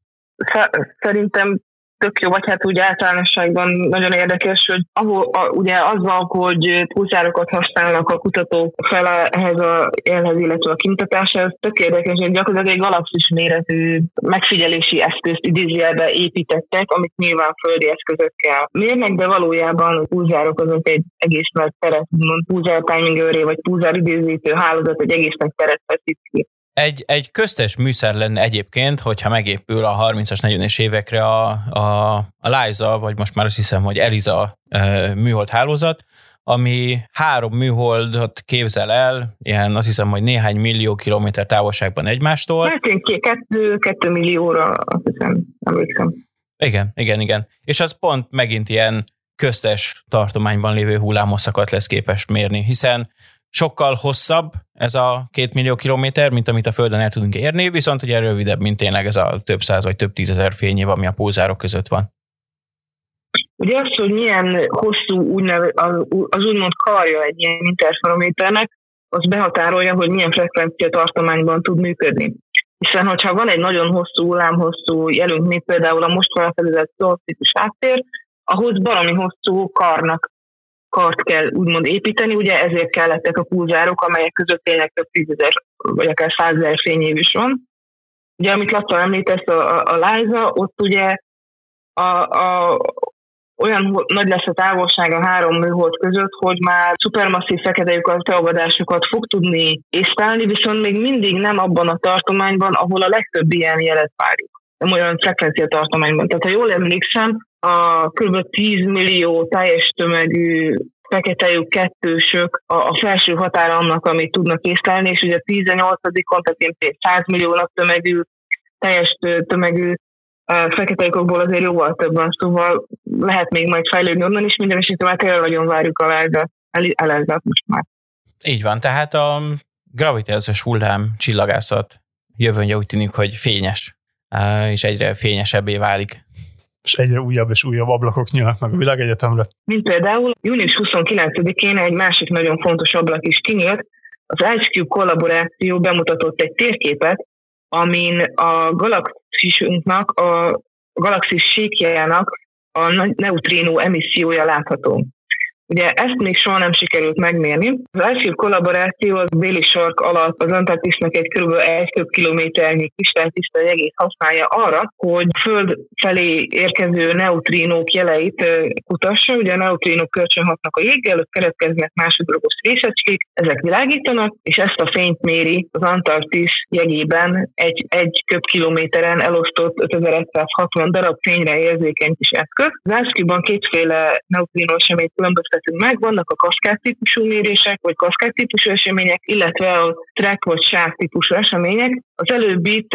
S3: Szerintem tök jó, vagy hát úgy általánosságban nagyon érdekes, hogy ugye azzal, hogy pulzárokat használnak a kutatók fel ehhez a élhez, illetve a kimutatásához, tök érdekes, hogy gyakorlatilag egy galaxis méretű megfigyelési eszközt idézőjelbe építettek, amit nyilván földi eszközökkel mérnek, de valójában a pulzárok azok egy egész nagy teret, pulzár timing array, vagy pulzár időzítő hálózat egy egész nagy teret feszít ki.
S1: Egy köztes műszer lenne egyébként, hogyha megépül a 30-as, 40-es évekre a LISA, vagy most már azt hiszem, hogy ELISA műhold hálózat, ami 3 műholdat képzel el, ilyen azt hiszem, hogy néhány millió kilométer távolságban egymástól.
S3: Hát én 2 millióra, azt hiszem, emlékszem.
S1: Igen. És az pont megint ilyen köztes tartományban lévő hullámhosszakat lesz képes mérni, hiszen sokkal hosszabb ez a 2 millió kilométer, mint amit a Földön el tudunk érni, viszont ugye rövidebb, mint tényleg ez a több száz vagy több tízezer fényév, ami a pulzárok között van.
S3: Ugye az, hogy milyen hosszú az úgymond karja egy ilyen interferométernek, az behatárolja, hogy milyen frekvencia tartományban tud működni. Hiszen, hogyha van egy nagyon hosszú, hullámhosszú jelünk, mint például a most felfedezett szoltípus háttér, ahhoz baromi hosszú kart kell úgymond építeni, ugye ezért kellettek a pulzárok, amelyek között tényleg több 10,000 vagy akár 100,000 fényév is van. Ugye, amit Latta említesz, a LISA, ott ugye olyan nagy lesz a távolság a 3 műhold között, hogy már szupermasszív fekete lyuk beolvadásokat fog tudni észlelni, viszont még mindig nem abban a tartományban, ahol a legtöbb ilyen jelet várjuk. Nem olyan frekvencia tartományban. Tehát ha jól emlékszem, a kb. 10 millió teljes tömegű fekete lyuk kettősök a felső határa annak, amit tudnak észlelni, és ugye a 18-on, tehát 100 milliónak tömegű, teljes tömegű fekete lyukokból azért jóval több van, szóval lehet még majd fejlődni onnan is, minden esetre már tényleg nagyon várjuk a LSD-t most már.
S1: Így van, tehát a gravitációs hullám csillagászat jövőnye úgy tűnik, hogy fényes, és egyre fényesebbé válik.
S2: És egyre újabb és újabb ablakok nyílnak meg a világegyetemre.
S3: Mint például június 29-én egy másik nagyon fontos ablak is kinyílt, az IceCube kollaboráció bemutatott egy térképet, amin a galaxisunknak, a galaxis síkjának a neutrínó emissziója látható. Ugye ezt még soha nem sikerült megmérni. Az IceCube kollaboráció az déli sark alatt az Antarktisznak egy kb. 1 kilométernyi kristálytiszta jegét használja arra, hogy Föld felé érkező neutrínók jeleit kutassa. Ugye a neutrínók kölcsönhatnak a jéggel, ott keletkeznek másodlagos részecskék, ezek világítanak, és ezt a fényt méri az Antarktisz jegében egy köbkilométeren elosztott 5160 darab fényre érzékeny kis eszköz. Az IceCube-ban kétféle neutrínó eseményt különböztetünk meg, vannak a kaszkád-típusú mérések, vagy kaszkád-típusú események, illetve a track vagy sáv-típusú események. Az előbbit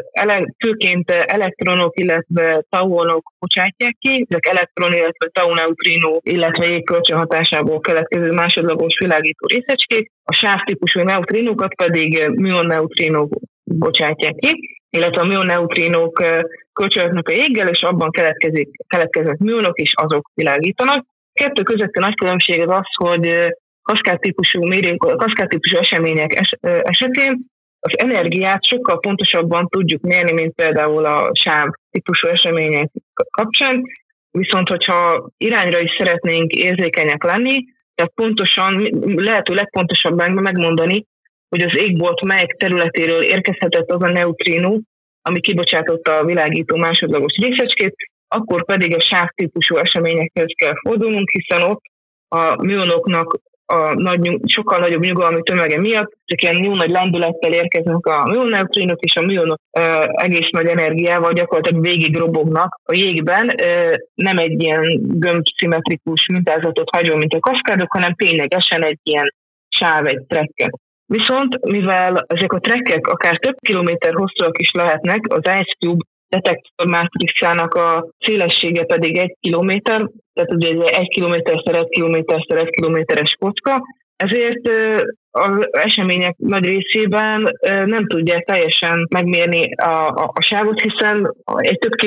S3: főként elektronok, illetve tauonok bocsátják ki, ezek elektron, illetve tau-neutrínó, illetve jégkölcsön hatásából keletkező másodlagos világító részecskék, a sáv-típusú neutrinókat pedig müon-neutrinók bocsátják ki, illetve a müon-neutrinók kölcsönhatnak a jéggel, és abban keletkeznek müonok, és azok világítanak. Kettő közötti nagy különbség az, hogy kaszkád-típusú események esetén az energiát sokkal pontosabban tudjuk mérni, mint például a sáv-típusú események kapcsán, viszont hogyha irányra is szeretnénk érzékenyek lenni, tehát pontosan, lehető legpontosabban megmondani, hogy az égbolt melyik területéről érkezhetett az a neutrínó, ami kibocsátotta a világító másodlagos részecskét, akkor pedig a sáv-típusú eseményekhez kell fordulnunk, hiszen ott a müonoknak sokkal nagyobb nyugalmi tömege miatt, csak ilyen jó nagy lendülettel érkeznek a müon-neutrinok, és a müonok egész nagy energiával gyakorlatilag végig robognak a jégben, nem egy ilyen gömbszimmetrikus mintázatot hagyva, mint a kaszkádok, hanem ténylegesen egy ilyen sáv, egy trekket. Viszont, mivel ezek a trekkek akár több kilométer hosszúak is lehetnek, az IceCube detektormátrixának a szélessége pedig 1 kilométer, tehát ugye 1 kilométeres kocka, ezért az események nagy részében nem tudják teljesen megmérni a sávot, hiszen egy több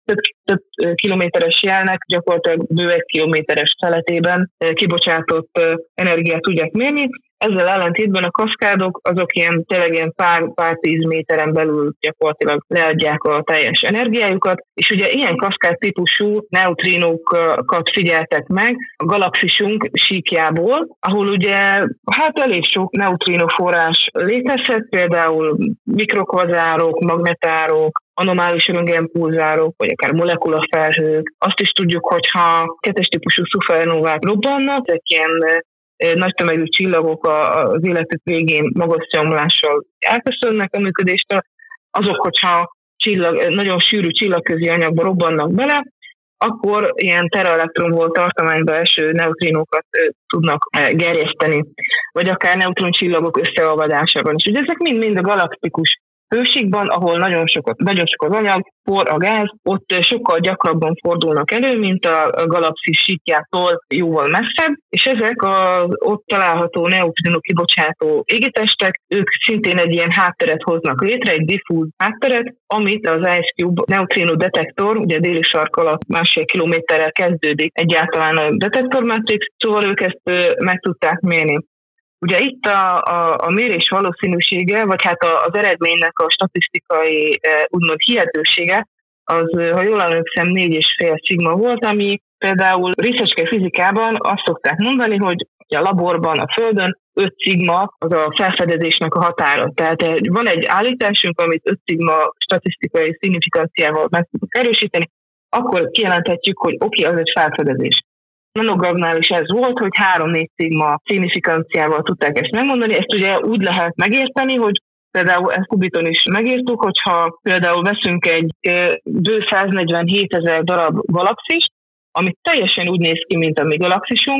S3: kilométeres jelnek gyakorlatilag bő 1 kilométeres szeletében kibocsátott energiát tudják mérni. Ezzel ellentétben a kaszkádok azok tényleg ilyen pár 10 méteren belül gyakorlatilag leadják a teljes energiájukat, és ugye ilyen kaszkád típusú neutrinókat figyeltek meg a galaxisunk síkjából, ahol ugye elég sok neutrinóforrás létezhet, például mikrokvazárok, magnetárok, anomális röntgenpulzárok, vagy akár molekulafelhők. Azt is tudjuk, hogyha kettes típusú szupernovák robbannak, ezek ilyen nagy tömegű csillagok az életük végén magas nyomulással elköszönnek a működéstől, azok, hogyha nagyon sűrű csillagközi anyagba robbannak bele, akkor ilyen teraelektronból tartományba eső neutrinókat tudnak gerjeszteni, vagy akár neutroncsillagok összeolvadásában is. Ugye ezek mind a galaktikus hőségben, ahol nagyon sok az anyag, por, a gáz, ott sokkal gyakrabban fordulnak elő, mint a galaxis síkjától jóval messzebb, és ezek az ott található neutrinó kibocsátó égitestek, ők szintén egy ilyen hátteret hoznak létre, egy diffúz hátteret, amit az IceCube neutrino detektor, ugye déli sark alatt 1,5 kilométerrel kezdődik egyáltalán a detektormátrix, szóval ők ezt meg tudták mérni. Ugye itt a mérés valószínűsége, vagy hát az eredménynek a statisztikai úgymond hihetősége, az, ha jól emlékszem, 4,5 szigma volt, ami például részecske fizikában azt szokták mondani, hogy a laborban, a Földön 5 szigma az a felfedezésnek a határa. Tehát van egy állításunk, amit 5 szigma statisztikai szignifikánciával meg tudjuk erősíteni, akkor kijelenthetjük, hogy oké, az egy felfedezés. Nanogravnál is ez volt, hogy 3-4 szigma szignifikanciával tudták ezt megmondani. Ezt ugye úgy lehet megérteni, hogy például ezt Kubiton is megírtuk, hogyha például veszünk egy bő 147 000 darab galaxist, ami teljesen úgy néz ki, mint a mi galaxisunk,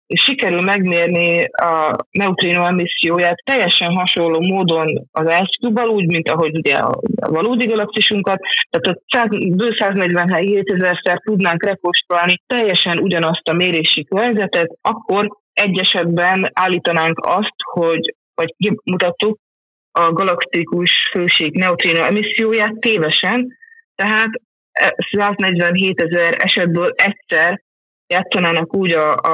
S3: sikerül megmérni a neutrino emisszióját teljesen hasonló módon az IceCube-bal, úgy, mint ahogy ugye a valódi galaxisunkat, tehát a bő 147 000-szer tudnánk rekonstruálni teljesen ugyanazt a mérési környezetet, akkor egy esetben állítanánk azt, vagy kimutattuk a galaktikus hőség neutrino emisszióját tévesen, tehát 147 000 esetből egyszer játszanának úgy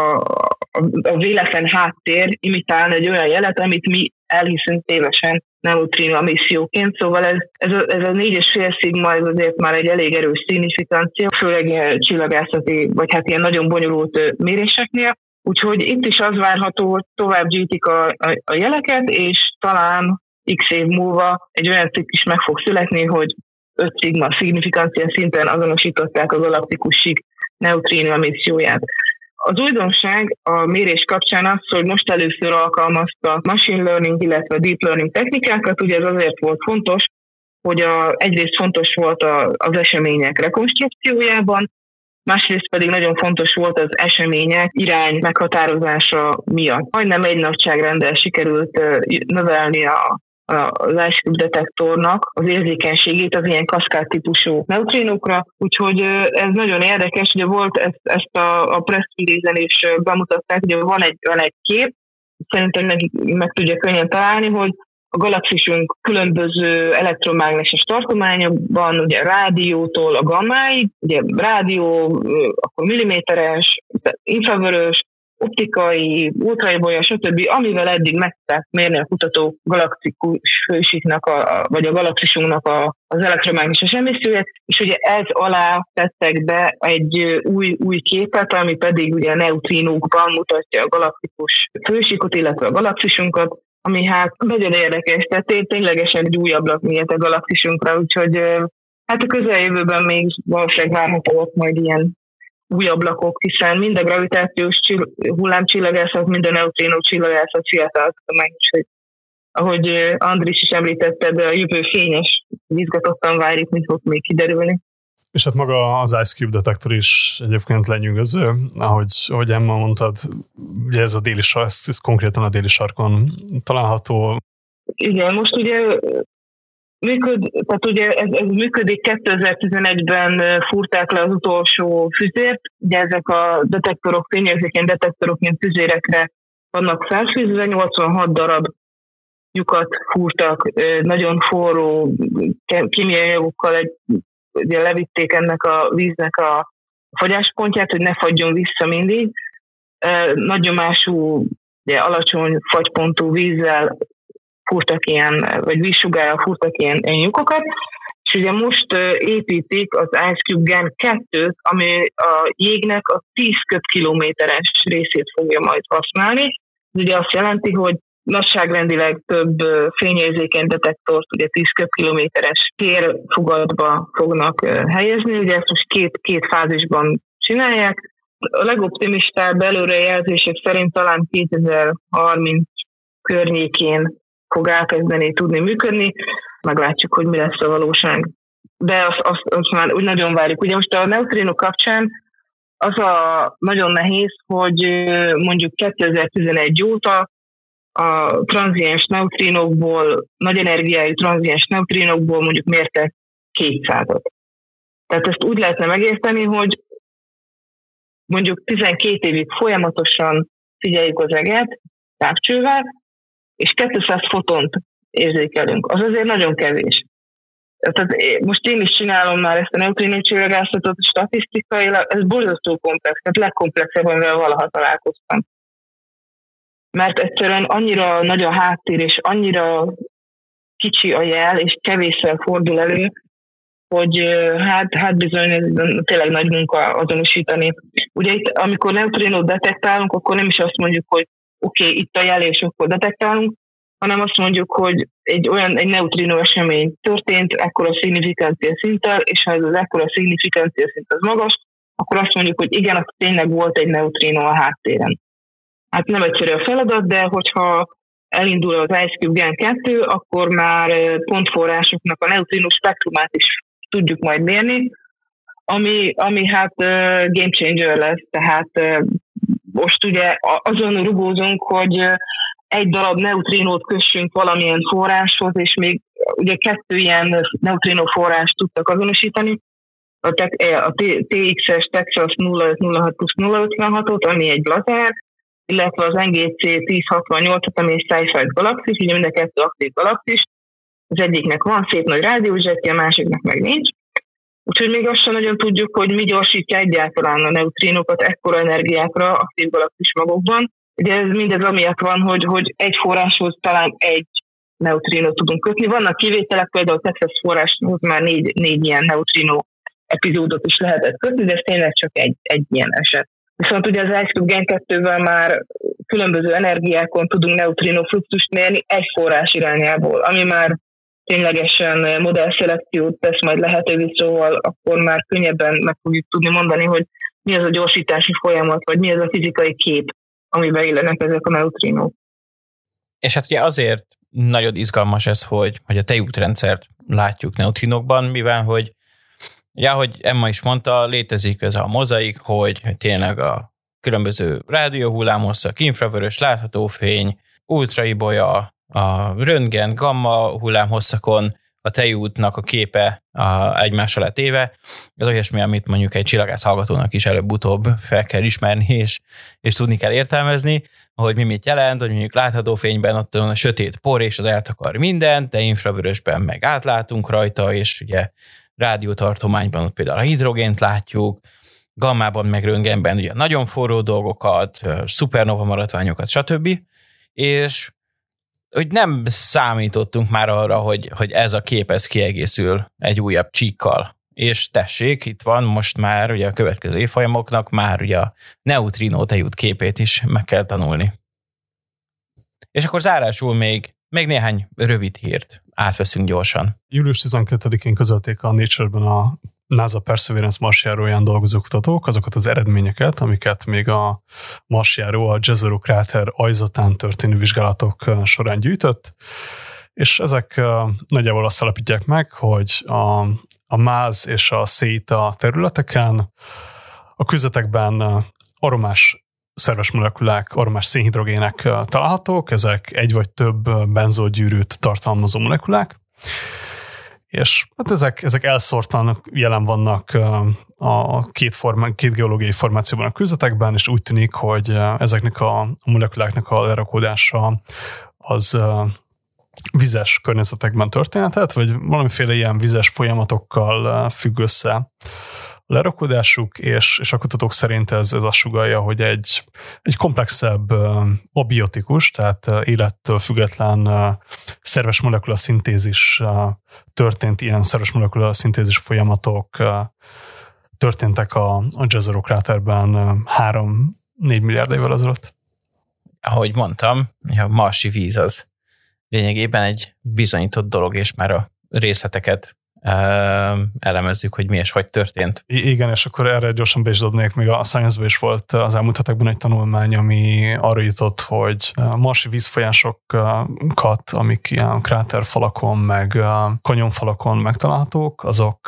S3: a véletlen háttér imitálni egy olyan jelet, amit mi elhiszünk tévesen neutrino emisszióként, szóval ez a 4,5 szigma, ez azért már egy elég erős szignifikancia, főleg csillagászati, vagy hát ilyen nagyon bonyolult méréseknél, úgyhogy itt is az várható, hogy tovább gyűjtik a jeleket, és talán x év múlva egy olyan cikk is meg fog születni, hogy 5 szigma szignifikancia szinten azonosították a galaktikus sík neutrino emisszióját. Az újdonság a mérés kapcsán az, hogy most először alkalmazta machine learning, illetve deep learning technikákat, ugye ez azért volt fontos, hogy egyrészt fontos volt az események rekonstrukciójában, másrészt pedig nagyon fontos volt az események irány meghatározása miatt. Majdnem egy nagyságrenddel sikerült növelni az IceCube detektornak az érzékenységét az ilyen kaszkád típusú neutrinókra, úgyhogy ez nagyon érdekes, ugye volt ezt a press release-en is bemutatták, ugye van egy kép, szerintem meg tudja könnyen találni, hogy a galaxisunk különböző elektromágneses tartományokban, ugye rádiótól a gammáig, ugye rádió, akkor milliméteres, infravörös, optikai, ultraibolya, stb., amivel eddig meg tudták mérni a kutatók galaktikus hősíknak, vagy a galaxisunknak az elektromágneses emisszióját, és ugye ez alá tettek be egy új képet, ami pedig ugye neutrinókban mutatja a galaktikus hősíkot, illetve a galaxisunkat, ami hát nagyon érdekes, tehát ténylegesen egy új ablak miért a galaxisunkra, úgyhogy hát a közeljövőben még valószínűleg várhatóak majd ilyen új ablakok, hiszen mind a gravitációs hullámcsillagászat, mind a neutrino csillagászat fiatal meg, hogy ahogy Andris is említette, de a jövő fényes, izgatottan várjuk, mit fog még kiderülni.
S2: És hát maga az IceCube detektor is egyébként lenyűgöző, ahogy Emma mondtad, ugye ez a déli sark, ez konkrétan a déli sarkon található.
S3: Igen, most ugye tehát ugye ez működik, 2011-ben fúrták le az utolsó füzért, ugye ezek a detektorok, fényérzékeny detektorok ilyen füzérekre vannak felfűzve, 86 darab lyukat fúrtak, nagyon forró kémiai anyagokkal ugye levitték ennek a víznek a fagyáspontját, hogy ne fagyjon vissza mindig. Nagy nyomású, ugye alacsony fagypontú vízzel fúrtak ilyen, vagy vízsugárral fúrtak ilyen lyukokat, és ugye most építik az IceCube Gen 2-t, ami a jégnek a 10 köbkilométeres részét fogja majd használni. Ez ugye azt jelenti, hogy nagyságrendileg több fényérzékeny detektort, ugye 10 köbkilométeres térfogatba fognak helyezni, ugye ezt most két fázisban csinálják. A legoptimistább előrejelzések szerint talán 2030 környékén fog elkezdeni tudni működni, meglátjuk, hogy mi lesz a valóság. De azt már úgy nagyon várjuk. Ugye most a neutrino kapcsán az a nagyon nehéz, hogy mondjuk 2011 óta a tranziens neutrinokból, nagy energiájú tranziens neutrinokból mondjuk mértek 200-at. Tehát ezt úgy lehetne megérteni, hogy mondjuk 12 évig folyamatosan figyeljük az eget távcsővel, és 200 fotont érzékelünk. Az azért nagyon kevés. Tehát most én is csinálom már ezt a neutrino csillagászatot, statisztikailag, ez borzasztó komplex, tehát legkomplexebb, amivel valaha találkoztam. Mert egyszerűen annyira nagy a háttér, és annyira kicsi a jel, és kevésszer fordul elő, hogy hát bizony ez tényleg nagy munka azonosítani. Ugye itt, amikor neutrinót detektálunk, akkor nem is azt mondjuk, hogy oké, itt a jel, és akkor detektálunk, hanem azt mondjuk, hogy egy neutrino esemény történt, ekkora szignifikancia szinttel, és ha ez az ekkora szignifikancia szint az magas, akkor azt mondjuk, hogy igen, akkor tényleg volt egy neutrino a háttéren. Hát nem egyszerű a feladat, de hogyha elindul az IceCube Gen 2, akkor már pontforrásoknak a neutrino spektrumát is tudjuk majd mérni, ami hát game changer lesz, tehát most ugye azon rugózunk, hogy egy darab neutrinót kössünk valamilyen forráshoz, és még ugye 2 ilyen neutrinó forrást tudtak azonosítani. A TX-es Texas 0506+056-ot, ami egy lazer, illetve az NGC 1068-ot, ami egy Sci-Fi galaxis, ugye mind a 2 aktív galaxis. Az egyiknek van szép nagy rádiózsetje, a másiknak meg nincs. Úgyhogy még azt sem nagyon tudjuk, hogy mi gyorsítja egyáltalán a neutrinókat ekkora energiákra aktív galaxis magokban. Ugye ez mindez amiatt van, hogy egy forráshoz talán egy neutrinót tudunk kötni. Vannak kivételek, például a Texas forráshoz már 4 ilyen neutrinó epizódot is lehetett kötni, de ez tényleg csak egy ilyen eset. Viszont ugye az iCube Gen 2-vel már különböző energiákon tudunk neutrinó fluxust mérni egy forrás irányából, ami már ténylegesen modellszelekciót tesz majd lehetővé, szóval akkor már könnyebben meg fogjuk tudni mondani, hogy mi az a gyorsítási folyamat, vagy mi az a fizikai kép, amiben illenek ezek a neutrinók.
S1: És hát ugye azért nagyon izgalmas ez, hogy a tejútrendszert látjuk neutrinokban, mivel hogy ugye, ahogy Emma is mondta, létezik ez a mozaik, hogy tényleg a különböző rádióhullámhosszak, infravörös, látható fény, ultraibolya, a röntgen, gamma hullámhosszakon a tejútnak a képe egymás alá téve. Ez olyasmi, amit mondjuk egy csillagász hallgatónak is előbb-utóbb fel kell ismerni, és tudni kell értelmezni, hogy mi mit jelent, hogy mondjuk látható fényben ott van a sötét por, és az eltakar mindent, de infravörösben meg átlátunk rajta, és ugye rádiótartományban ott például a hidrogént látjuk, gammában meg röntgenben ugye nagyon forró dolgokat, szupernova maradványokat, stb. És hogy nem számítottunk már arra, hogy ez a kép ez kiegészül egy újabb csíkkal. És tessék, itt van most már ugye a következő évfolyamoknak már ugye a neutrinó tejút képét is meg kell tanulni. És akkor zárásul még néhány rövid hírt átveszünk gyorsan.
S2: Július 12-én közölték a Nature-ben a NASA Perseverance marsjáróján dolgozó kutatók azokat az eredményeket, amiket még a marsjáró a Jezero kráter aljzatán történő vizsgálatok során gyűjtött, és ezek nagyjából azt alapítják meg, hogy a MAZ és a SEITA területeken a kőzetekben aromás szerves molekulák, aromás szénhidrogének találhatók, ezek egy vagy több benzolgyűrűt tartalmazó molekulák, és hát ezek elszórtan jelen vannak a két geológiai formációban a kőzetekben, és úgy tűnik, hogy ezeknek a molekuláknak a lerakódása az vizes környezetekben történhetett, vagy valamiféle ilyen vizes folyamatokkal függ össze a lerakódásuk, és a kutatók szerint ez azt sugallja, hogy egy komplexebb abiotikus, tehát élettől független szerves molekula szintézis történt, ilyen szerves molekula szintézis folyamatok történtek a Jezero kráterben 3-4 milliárd évvel ezelőtt.
S1: Ahogy mondtam, a marsi víz az lényegében egy bizonyított dolog, és már a részleteket elemezzük, hogy mi és hogy történt.
S2: Igen, és akkor erre gyorsan be is dobnék, még a Science-ben is volt az elmúlt hetekben egy tanulmány, ami arra jutott, hogy a marsi vízfolyásokat, amik ilyen kráterfalakon, meg kanyonfalakon megtalálhatók,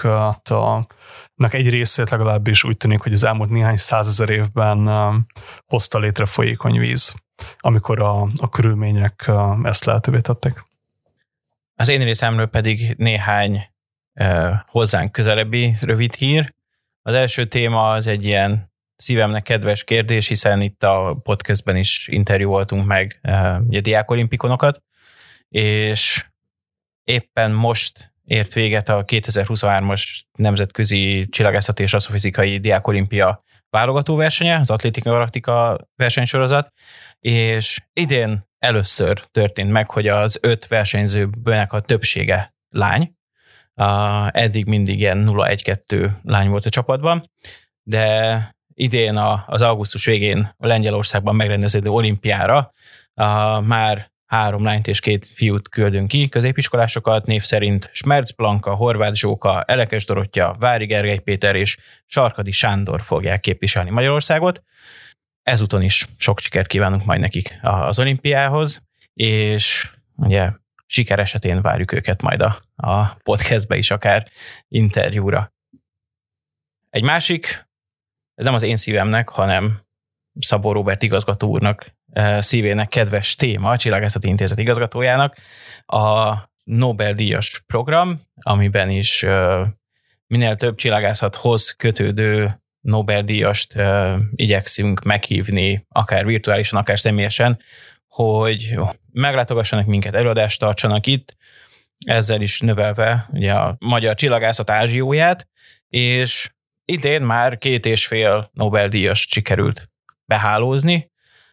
S2: azoknak egy részét legalábbis úgy tűnik, hogy az elmúlt néhány százezer évben hozta létre folyékony víz, amikor a körülmények ezt lehetővé tették.
S1: Az én részemről pedig néhány hozzánk közelebbi rövid hír. Az első téma az egy ilyen szívemnek kedves kérdés, hiszen itt a podcastben is interjúoltunk meg a diákolimpikonokat, és éppen most ért véget a 2023-as Nemzetközi Csillagászati és Asztrofizikai Diákolimpia válogatóversenye, az Atlétika Galaktika versenysorozat, és idén először történt meg, hogy az 5 versenyzőből a többsége lány. Eddig mindig ilyen 0-1-2 lány volt a csapatban, de idén az augusztus végén a Lengyelországban megrendeződő olimpiára már 3 lányt és 2 fiút küldünk ki, középiskolásokat, név szerint Smerc Blanka, Horváth Zsóka, Elekes Dorottya, Vári Gergely Péter és Sarkadi Sándor fogják képviselni Magyarországot. Ezúton is sok sikert kívánunk majd nekik az olimpiához, és ugye siker esetén várjuk őket majd a podcastbe is, akár interjúra. Egy másik, ez nem az én szívemnek, hanem Szabó Róbert igazgató úrnak szívének kedves téma, a Csillagászati Intézet igazgatójának, a Nobel-díjas program, amiben is minél több csillagászathoz kötődő Nobel-díjast igyekszünk meghívni, akár virtuálisan, akár személyesen, hogy meglátogassanak minket, előadást tartsanak itt, ezzel is növelve ugye a magyar csillagászat ázsióját, és idén már 2,5 Nobel-díjast sikerült behálózni.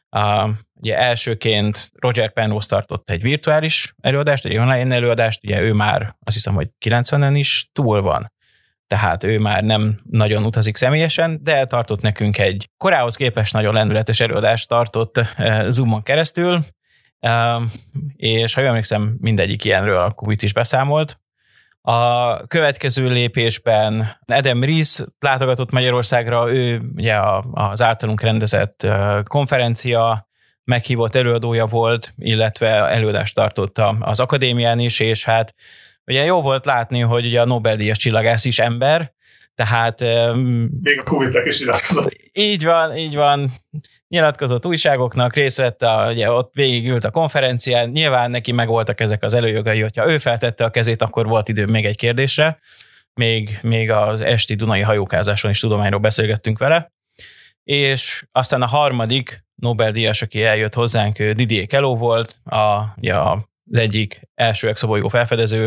S1: Ugye elsőként Roger Penrose tartott egy virtuális előadást, egy online előadást, ugye ő már azt hiszem, hogy 90-en is túl van. Tehát ő már nem nagyon utazik személyesen, de tartott nekünk egy korához képest nagyon lendületes előadást tartott Zoomon keresztül, és ha jól emlékszem, mindegyik ilyenről a Kubit is beszámolt. A következő lépésben Adam Rees látogatott Magyarországra, ő ugye az általunk rendezett konferencia meghívott előadója volt, illetve előadást tartott az akadémián is, és hát ugye jó volt látni, hogy ugye a Nobel-díjas csillagász is ember, tehát...
S2: Még a Kubitek is nyilatkozott.
S1: Így van. Nyilatkozott újságoknak, részt vett, ugye ott végigült a konferencián, nyilván neki megvoltak ezek az előjogai, hogyha ő feltette a kezét, akkor volt idő még egy kérdésre, még az esti Dunai hajókázáson is tudományról beszélgettünk vele, és aztán a harmadik Nobel-díjas, aki eljött hozzánk, Didier Queloz volt, az egyik első exobolygó felfedező,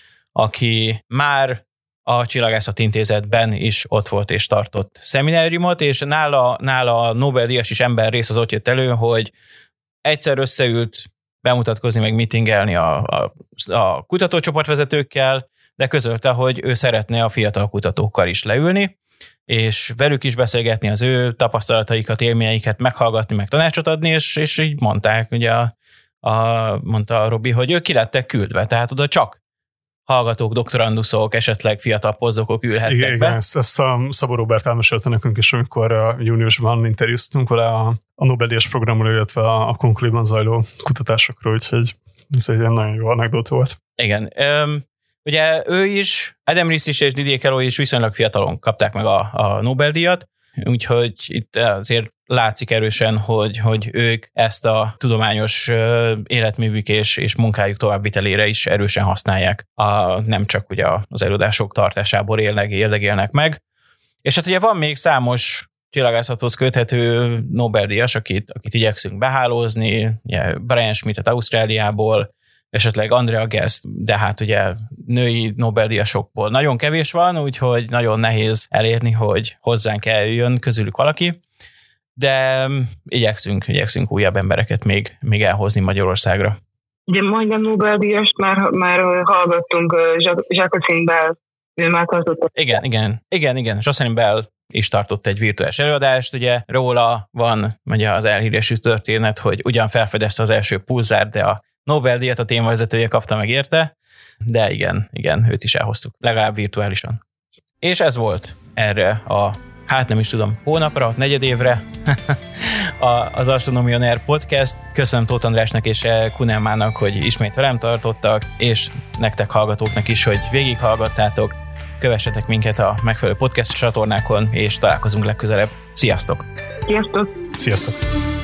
S1: aki már a Csillagászati Intézetben is ott volt és tartott szemináriumot, és nála a Nobel-díjas is ember rész az ott jött elő, hogy egyszer összeült bemutatkozni, meg meetingelni a kutatócsoportvezetőkkel, de közölte, hogy ő szeretne a fiatal kutatókkal is leülni, és velük is beszélgetni, az ő tapasztalataikat, élményeiket meghallgatni, meg tanácsot adni, és így mondták, ugye mondta Robi, hogy ők ki lettek küldve, tehát oda csak hallgatók, doktoranduszok, esetleg fiatal pozdokok ülhettek be.
S2: Igen, ezt a Szabó Róbert elmesélte nekünk is, amikor júniusban interjúztunk vele a Nobel-díjas programról, illetve a Conclave-ban zajló kutatásokról, úgyhogy ez egy nagyon jó anekdóta volt.
S1: Igen. Ugye ő is, Adam Rees is és Didier Queloz is viszonylag fiatalon kapták meg a Nobel-díjat, úgyhogy itt azért látszik erősen, hogy ők ezt a tudományos életművük és munkájuk továbbvitelére is erősen használják. Nem csak ugye az előadások tartásából élnek meg. És hát ugye van még számos csillagászathoz köthető Nobel-díjas, akit igyekszünk behálózni, ugye Brian Schmidtet Ausztráliából, esetleg Andrea Gerst, de hát ugye női Nobel-díjasokból nagyon kevés van, úgyhogy nagyon nehéz elérni, hogy hozzánk eljön közülük valaki, de igyekszünk újabb embereket még elhozni Magyarországra.
S3: Ugye majdnem Nobel-díjast már hallgattunk, Jacqueline Bell, ő már tartott.
S1: Igen, Jocelyn Bell is tartott egy virtuális előadást, ugye róla van ugye az elhíresült történet, hogy ugyan felfedezte az első pulzárt, de a Nobel-díjat a témavezetője kapta meg érte, de igen, őt is elhoztuk, legalább virtuálisan. És ez volt erre nem is tudom, hónapra, negyedévre az Astronomy On Air podcast. Köszönöm Tóth Andrásnak és Kunelmának, hogy ismét velem tartottak, és nektek hallgatóknak is, hogy végighallgattátok. Kövessetek minket a megfelelő podcast csatornákon, és találkozunk legközelebb. Sziasztok!
S3: Sziasztok!
S2: Sziasztok!